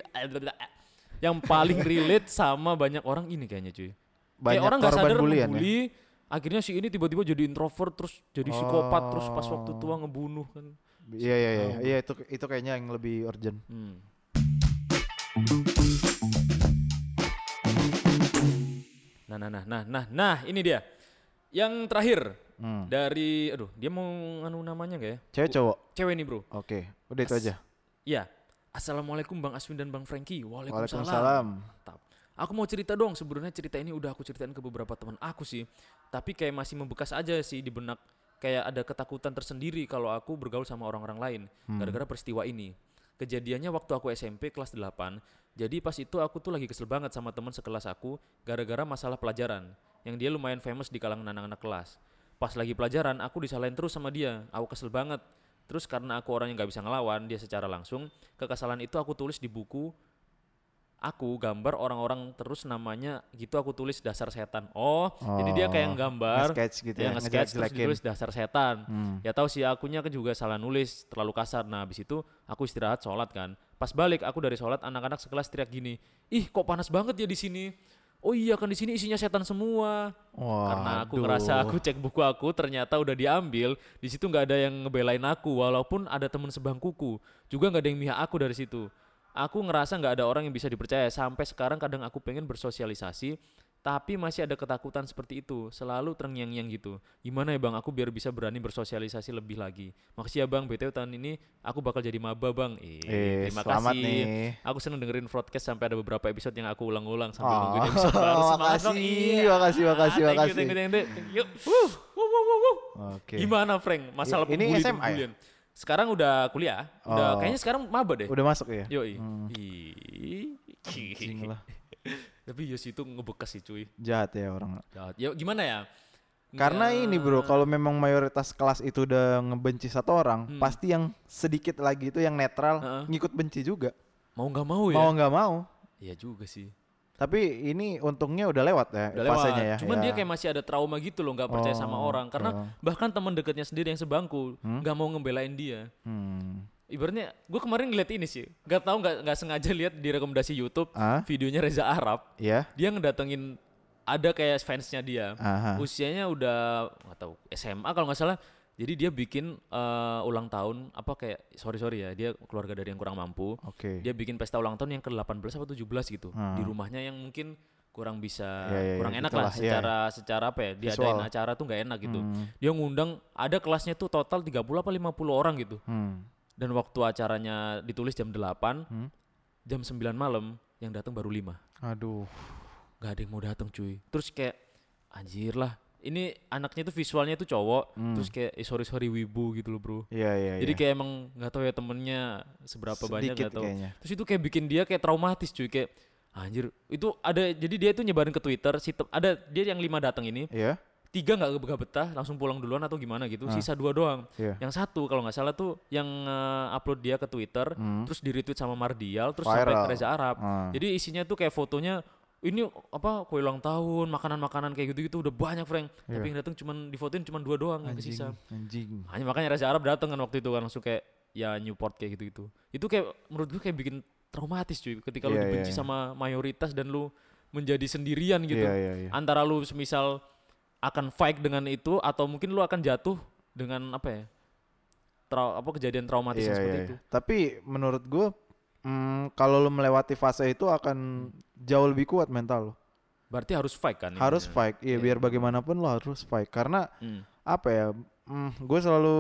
yang paling relate sama banyak orang ini kayaknya cuy. Banyak Kayak orang nggak korban sadar bulian ya. ngebully, akhirnya si ini tiba-tiba jadi introvert terus jadi psikopat terus pas waktu Oh. tua ngebunuh kan. Iya iya iya. Tahu. Iya itu itu kayaknya yang lebih urgent. Hmm. Nah, nah, nah, nah, nah, nah, ini dia. Yang terakhir Hmm. dari, aduh, dia mau nganu namanya gak ya? Cewek cowok. Cewek nih bro. Oke, udah itu As- aja. Iya. Assalamualaikum Bang Aswin dan Bang Frankie. Waalaikumsalam. Waalaikumsalam. Mantap. Aku mau cerita dong. Sebenarnya cerita ini udah aku ceritain ke beberapa teman aku sih. Tapi kayak masih membekas aja sih di benak. Kayak ada ketakutan tersendiri kalau aku bergaul sama orang-orang lain. Hmm. Gara-gara peristiwa ini. Kejadiannya waktu aku S M P kelas delapan. Jadi pas itu aku tuh lagi kesel banget sama teman sekelas aku. Gara-gara masalah pelajaran. Yang dia lumayan famous di kalangan anak-anak kelas. Pas lagi pelajaran aku disalahin terus sama dia. Aku kesel banget. Terus karena aku orang yang gak bisa ngelawan dia secara langsung, kekesalan itu aku tulis di buku. Aku gambar orang-orang terus namanya gitu aku tulis dasar setan. Oh, jadi dia kayak nggambar, nge-sketch gitu ya, ya, nge-sketch terus ngejelek-jelekin. ditulis dasar setan. Hmm. Ya tahu sih akunya kan juga salah nulis, terlalu kasar. Nah, habis itu aku istirahat sholat kan. Pas balik aku dari sholat anak-anak sekelas teriak gini, "Ih, kok panas banget ya di sini?" Oh iya kan di sini isinya setan semua. Karena aku Waduh. ngerasa aku cek buku aku ternyata udah diambil. Di situ nggak ada yang ngebelain aku walaupun ada teman sebangkuku. Juga nggak ada yang mihak aku dari situ. Aku ngerasa nggak ada orang yang bisa dipercaya. Sampai sekarang kadang aku pengen bersosialisasi. Tapi masih ada ketakutan seperti itu. Selalu terngiang-ngiang gitu. Gimana ya bang aku biar bisa berani bersosialisasi lebih lagi. Makasih ya bang. B T W tahun ini aku bakal jadi maba bang. Eh, Eh, terima selamat kasih. nih. Aku seneng dengerin broadcast sampai ada beberapa episode yang aku ulang-ulang sambil Oh, nungguin episode baru. Semangat dong. makasih, Iya. makasih, makasih, Thank you, makasih. thank you, thank you, thank you. Wuh, wuh, wuh, wuh, wuh. Oke. Gimana Frank? Masalah Ini pembuli S M A ya? pembulian. Sekarang udah kuliah. Udah Oh. kayaknya sekarang maba deh. Udah masuk ya? Yoi. Hmm. Ih. Anjing lah. Tapi Yosi itu ngebekas sih cuy. Jahat ya orang. Jahat. Ya gimana ya? Karena Nggak- ini bro, kalau memang mayoritas kelas itu udah ngebenci satu orang, Hmm. pasti yang sedikit lagi itu yang netral Heeh. ngikut benci juga. mau nggak mau ya. Mau nggak mau. Iya juga sih. Tapi ini untungnya udah lewat ya Udah lewat. fasenya ya. Cuman ya. dia kayak masih ada trauma gitu loh, nggak percaya sama Oh, orang. Karena oh. bahkan teman dekatnya sendiri yang sebangku Hmm? nggak mau ngebelain dia. Hmm. Ibaratnya, gue kemarin ngeliat ini sih, nggak tahu nggak nggak sengaja lihat di rekomendasi YouTube Ah, videonya Reza Arab. ya. Dia ngedatengin ada kayak fansnya dia, Aha. usianya udah nggak tahu S M A kalau nggak salah. Jadi dia bikin eh, ulang tahun apa kayak sorry sorry ya, dia keluarga dari yang kurang mampu. Oke. Dia bikin pesta ulang tahun yang ke delapan belas atau tujuh belas gitu Hmm. di rumahnya yang mungkin kurang bisa Ya, ya, ya, kurang enak gitulah, lah ya. secara secara apa ya diadain Visual. acara tuh nggak enak gitu. Hmm. Dia ngundang ada kelasnya tuh total tiga puluh apa lima puluh orang gitu. Hmm. Dan waktu acaranya ditulis jam delapan, Hmm. jam sembilan malam yang datang baru lima. Aduh. Gak ada yang mau datang cuy. Terus kayak anjir lah. Ini anaknya tuh visualnya tuh cowok, Hmm. terus kayak eh, sorry sorry wibu gitu loh bro. Iya iya. Jadi iya. kayak emang nggak tahu ya temennya seberapa banyak Sedikit nggak tahu. kayaknya. Terus itu kayak bikin dia kayak traumatis cuy, kayak anjir. Itu ada jadi dia itu nyebarin ke Twitter, si tem- ada dia yang lima datang ini, Iya. tiga nggak nggak betah, langsung pulang duluan atau gimana gitu. Ah. Sisa dua doang. Iya. Yang satu kalau nggak salah tuh yang uh, upload dia ke Twitter, Hmm. terus di retweet sama Mardial, terus sampai Viral. ke Reza Arab. Ah. Jadi isinya tuh kayak fotonya ini apa kue ulang tahun, makanan-makanan kayak gitu-gitu udah banyak Frank. Iya. Tapi yang datang cuman difotoin cuman dua doang yang Anjing. kesisa. Anjing. Hanya makanya Reza Arab datang kan waktu itu kan langsung kayak ya Newport kayak gitu-gitu. Itu kayak menurut gue kayak bikin traumatis cuy ketika lu Iya, dibenci iya, iya. sama mayoritas dan lu menjadi sendirian gitu. Iya iya iya. Antara lu semisal akan fight dengan itu atau mungkin lu akan jatuh dengan apa ya? Trau apa kejadian traumatis Iya, yang seperti iya, itu. iya. Tapi menurut gue, mm, kalau lu melewati fase itu akan jauh lebih kuat mental lo. Berarti harus fight kan? Harus intinya? fight, iya Iya. biar bagaimanapun lo harus fight. Karena Hmm. apa ya? Mm, gue selalu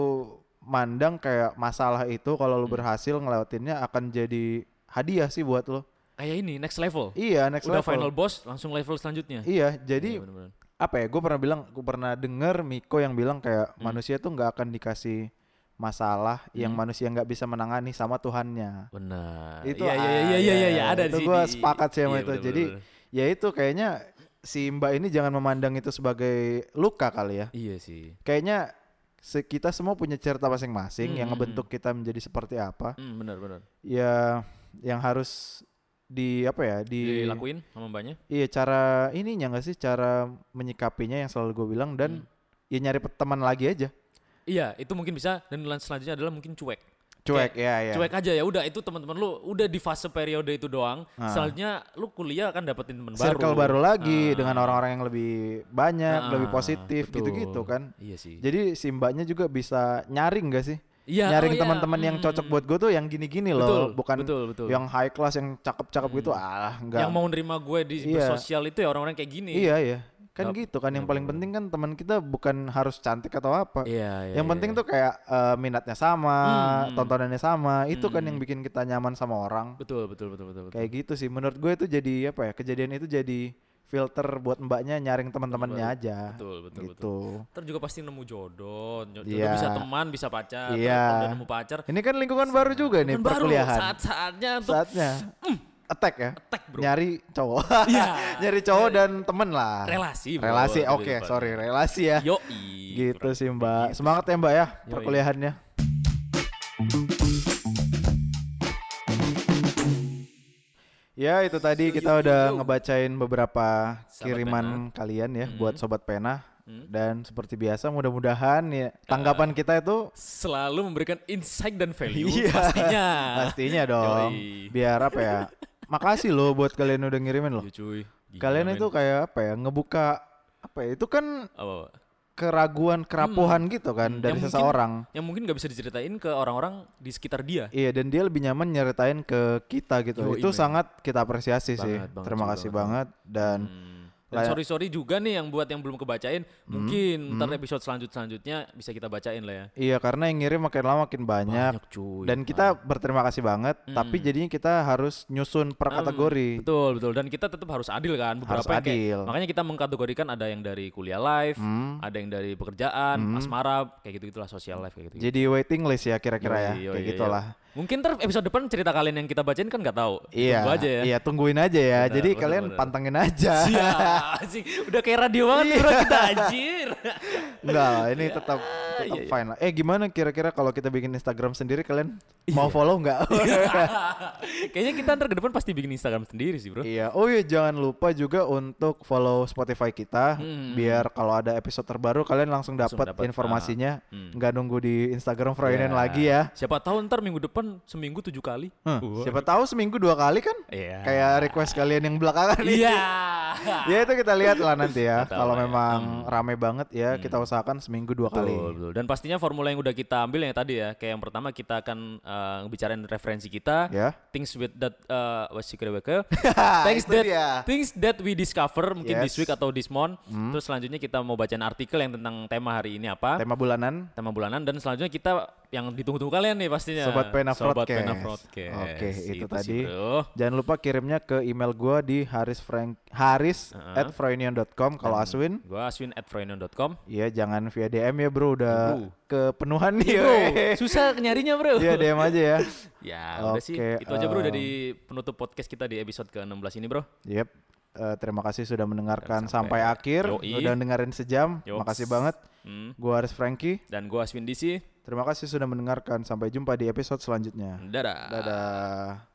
mandang kayak masalah itu kalau lu Hmm. berhasil ngelewatinnya akan jadi hadiah sih buat lo. Kayak ini next level. Iya next Udah level. final boss langsung level selanjutnya. Iya jadi Iya, bener-bener. apa ya? Gue pernah bilang, gue pernah denger Miko yang bilang kayak Hmm. manusia tuh nggak akan dikasih masalah yang Hmm. manusia nggak bisa menangani sama Tuhannya. Benar. Itu Iya iya iya iya iya ya, ada itu sih gue di- sepakat sih sama iya, itu. bener, Jadi bener, bener. ya itu kayaknya si Mbak ini jangan memandang itu sebagai luka kali ya. Iya sih. Kayaknya se- kita semua punya cerita masing-masing yang Hmm. ngebentuk kita menjadi seperti apa. Hmm, benar benar. Ya yang harus di apa ya di Dilakuin sama mbaknya. iya cara ininya nggak sih cara menyikapinya yang selalu gue bilang dan Hmm. ya nyari pe- teman lagi aja. Iya, itu mungkin bisa dan lan- selanjutnya adalah mungkin cuek. Cuek ya ya. Cuek aja ya udah itu teman-teman lu udah di fase periode itu doang. Ah. Selanjutnya lu kuliah akan dapetin teman baru. Circle baru lagi Ah. dengan orang-orang yang lebih banyak, Ah, lebih positif betul. gitu-gitu kan. Iya sih. Jadi si mbaknya juga bisa nyaring gak sih? Iya, Nyaring oh iya, teman-teman yang hmm. cocok buat gue tuh yang gini-gini Betul, loh, bukan betul, betul. yang high class yang cakep-cakep Hmm. gitu. Ah, enggak. Yang mau nerima gue di Iya. bersosial itu ya orang-orang kayak gini. Iya, iya. Kan Gak- gitu kan yang iya, paling bener. penting kan teman kita bukan harus cantik atau apa. Iya, iya. yang iya, penting iya. tuh kayak eh, minatnya sama, Hmm. tontonannya sama. Itu kan Hmm. yang bikin kita nyaman sama orang. betul, betul, betul, betul, betul. Kayak gitu sih. Menurut gue itu jadi apa ya? Kejadian itu jadi filter buat mbaknya nyaring teman-temannya Betul, aja. Betul, betul, betul. Gitu. Ntar juga pasti nemu jodoh. Jodoh Iya. bisa teman, bisa pacar. Iya. Kalau udah nemu pacar. Ini kan lingkungan baru juga nih Teman baru, perkuliahan. saat-saatnya untuk Saatnya attack ya. attack bro. Nyari cowok. Iya. Nyari cowok dan temen lah. Relasi, bro. Relasi. Lebih Oke, tepatnya. sorry, relasi ya. Yoi. Gitu kurang sih, lebih Mbak. gitu. Semangat ya, Mbak ya Yoi. perkuliahannya. Ya, itu tadi kita udah ngebacain beberapa Sahabat kiriman kalian ya Hmm. buat sobat pena. Hmm. Dan seperti biasa mudah-mudahan ya tanggapan kita itu Selalu memberikan insight dan value Iya. pastinya. pastinya dong. Yoi. Biar apa ya? Makasih loh buat kalian udah ngirimin loh. Iya cuy. Gila, Kalian men. itu kayak apa ya? Ngebuka apa ya? Itu kan apa? keraguan, kerapuhan gitu kan Hmm, dari yang mungkin- seseorang. Yang mungkin nggak bisa diceritain ke orang-orang di sekitar dia. Iya, dan dia lebih nyaman nyeritain ke kita gitu. Yoi, itu men. sangat kita apresiasi sih. Banget, banget, Terima cuy, kasih banget, banget dan Hmm. Layak- Dan sorry-sorry juga nih yang buat yang belum kebacain. Mungkin ntar hmm. episode selanjut-selanjutnya bisa kita bacain lah ya. iya karena yang ngirim makin lama makin banyak. cuy. Dan kita berterima kasih banget, Hmm. tapi jadinya kita harus nyusun per Hmm, kategori. Betul, betul. Dan kita tetap harus adil kan. Beberapa Harus yang kayak- adil. makanya kita mengkategorikan ada yang dari kuliah life, Hmm. ada yang dari pekerjaan, Hmm. asmara, kayak gitu-gitulah, social life kayak gitu. Jadi waiting list ya kira-kira ya, Yoi, yoi, kayak yoi. gitulah. Mungkin ntar episode depan cerita kalian yang kita bacain kan nggak tahu. Iya, Tunggu aja ya. iya tungguin aja ya. Benar, Jadi benar, kalian benar. pantengin aja. Iya, asik. Udah kayak radio banget Iya. bro kita anjir. Enggak lah, ini tetap tetap iya, iya. fine lah. Eh gimana kira-kira kalau kita bikin Instagram sendiri kalian mau follow nggak? Kayaknya kita ntar ke depan pasti bikin Instagram sendiri sih bro. Iya. Oh iya, jangan lupa juga untuk follow Spotify kita Hmm. biar kalau ada episode terbaru kalian langsung Langsung dapat dapat, informasinya. ah. Hmm. Nggak nunggu di Instagram Freudian Iya. lagi ya. Siapa tahu ntar minggu depan seminggu tujuh kali. Huh, Wah. siapa tahu seminggu dua kali kan? Iya. Kayak request kalian yang belakangan nih. Iya. Ya itu kita lihat lah nanti ya. Nggak tahu Kalau lah ya. memang Hmm. rame banget ya kita usahakan seminggu dua kali. Betul, betul. Dan pastinya formula yang udah kita ambil yang tadi ya. Kayak yang pertama kita akan uh, ngebicarain referensi kita. Ya. Things with that uh, what's secret worker. things Itu that dia. things that we discover mungkin Yes. this week atau this month. Hmm. Terus selanjutnya kita mau bacain artikel yang tentang tema hari ini apa. Tema bulanan. Tema bulanan dan selanjutnya kita yang ditunggu-tunggu kalian nih pastinya. Sobat Pena Sobat Broadcast. Pena Broadcast. Oke, itu sih, tadi. bro. Jangan lupa kirimnya ke email gua di haris frank haris Uh-huh. at froynion dot com kalau Dan Aswin. Gua aswin at freudian dot com. Iya, jangan via D M ya bro, udah Iya, bro. kepenuhan nih. Bro, weh. susah nyarinya bro. Iya, D M aja ya. Ya udah sih, Oke, itu aja bro um, dari penutup podcast kita di episode ke enam belas ini bro. Yep. Eh, terima kasih sudah mendengarkan Dan sampai- sampai, akhir. Yoi. Udah dengerin sejam. Yops. Makasih banget. Hmm. Gua Haris Franky. Dan gua Aswin D C. Terima kasih sudah mendengarkan. Sampai jumpa di episode selanjutnya. Dadah. Dadah.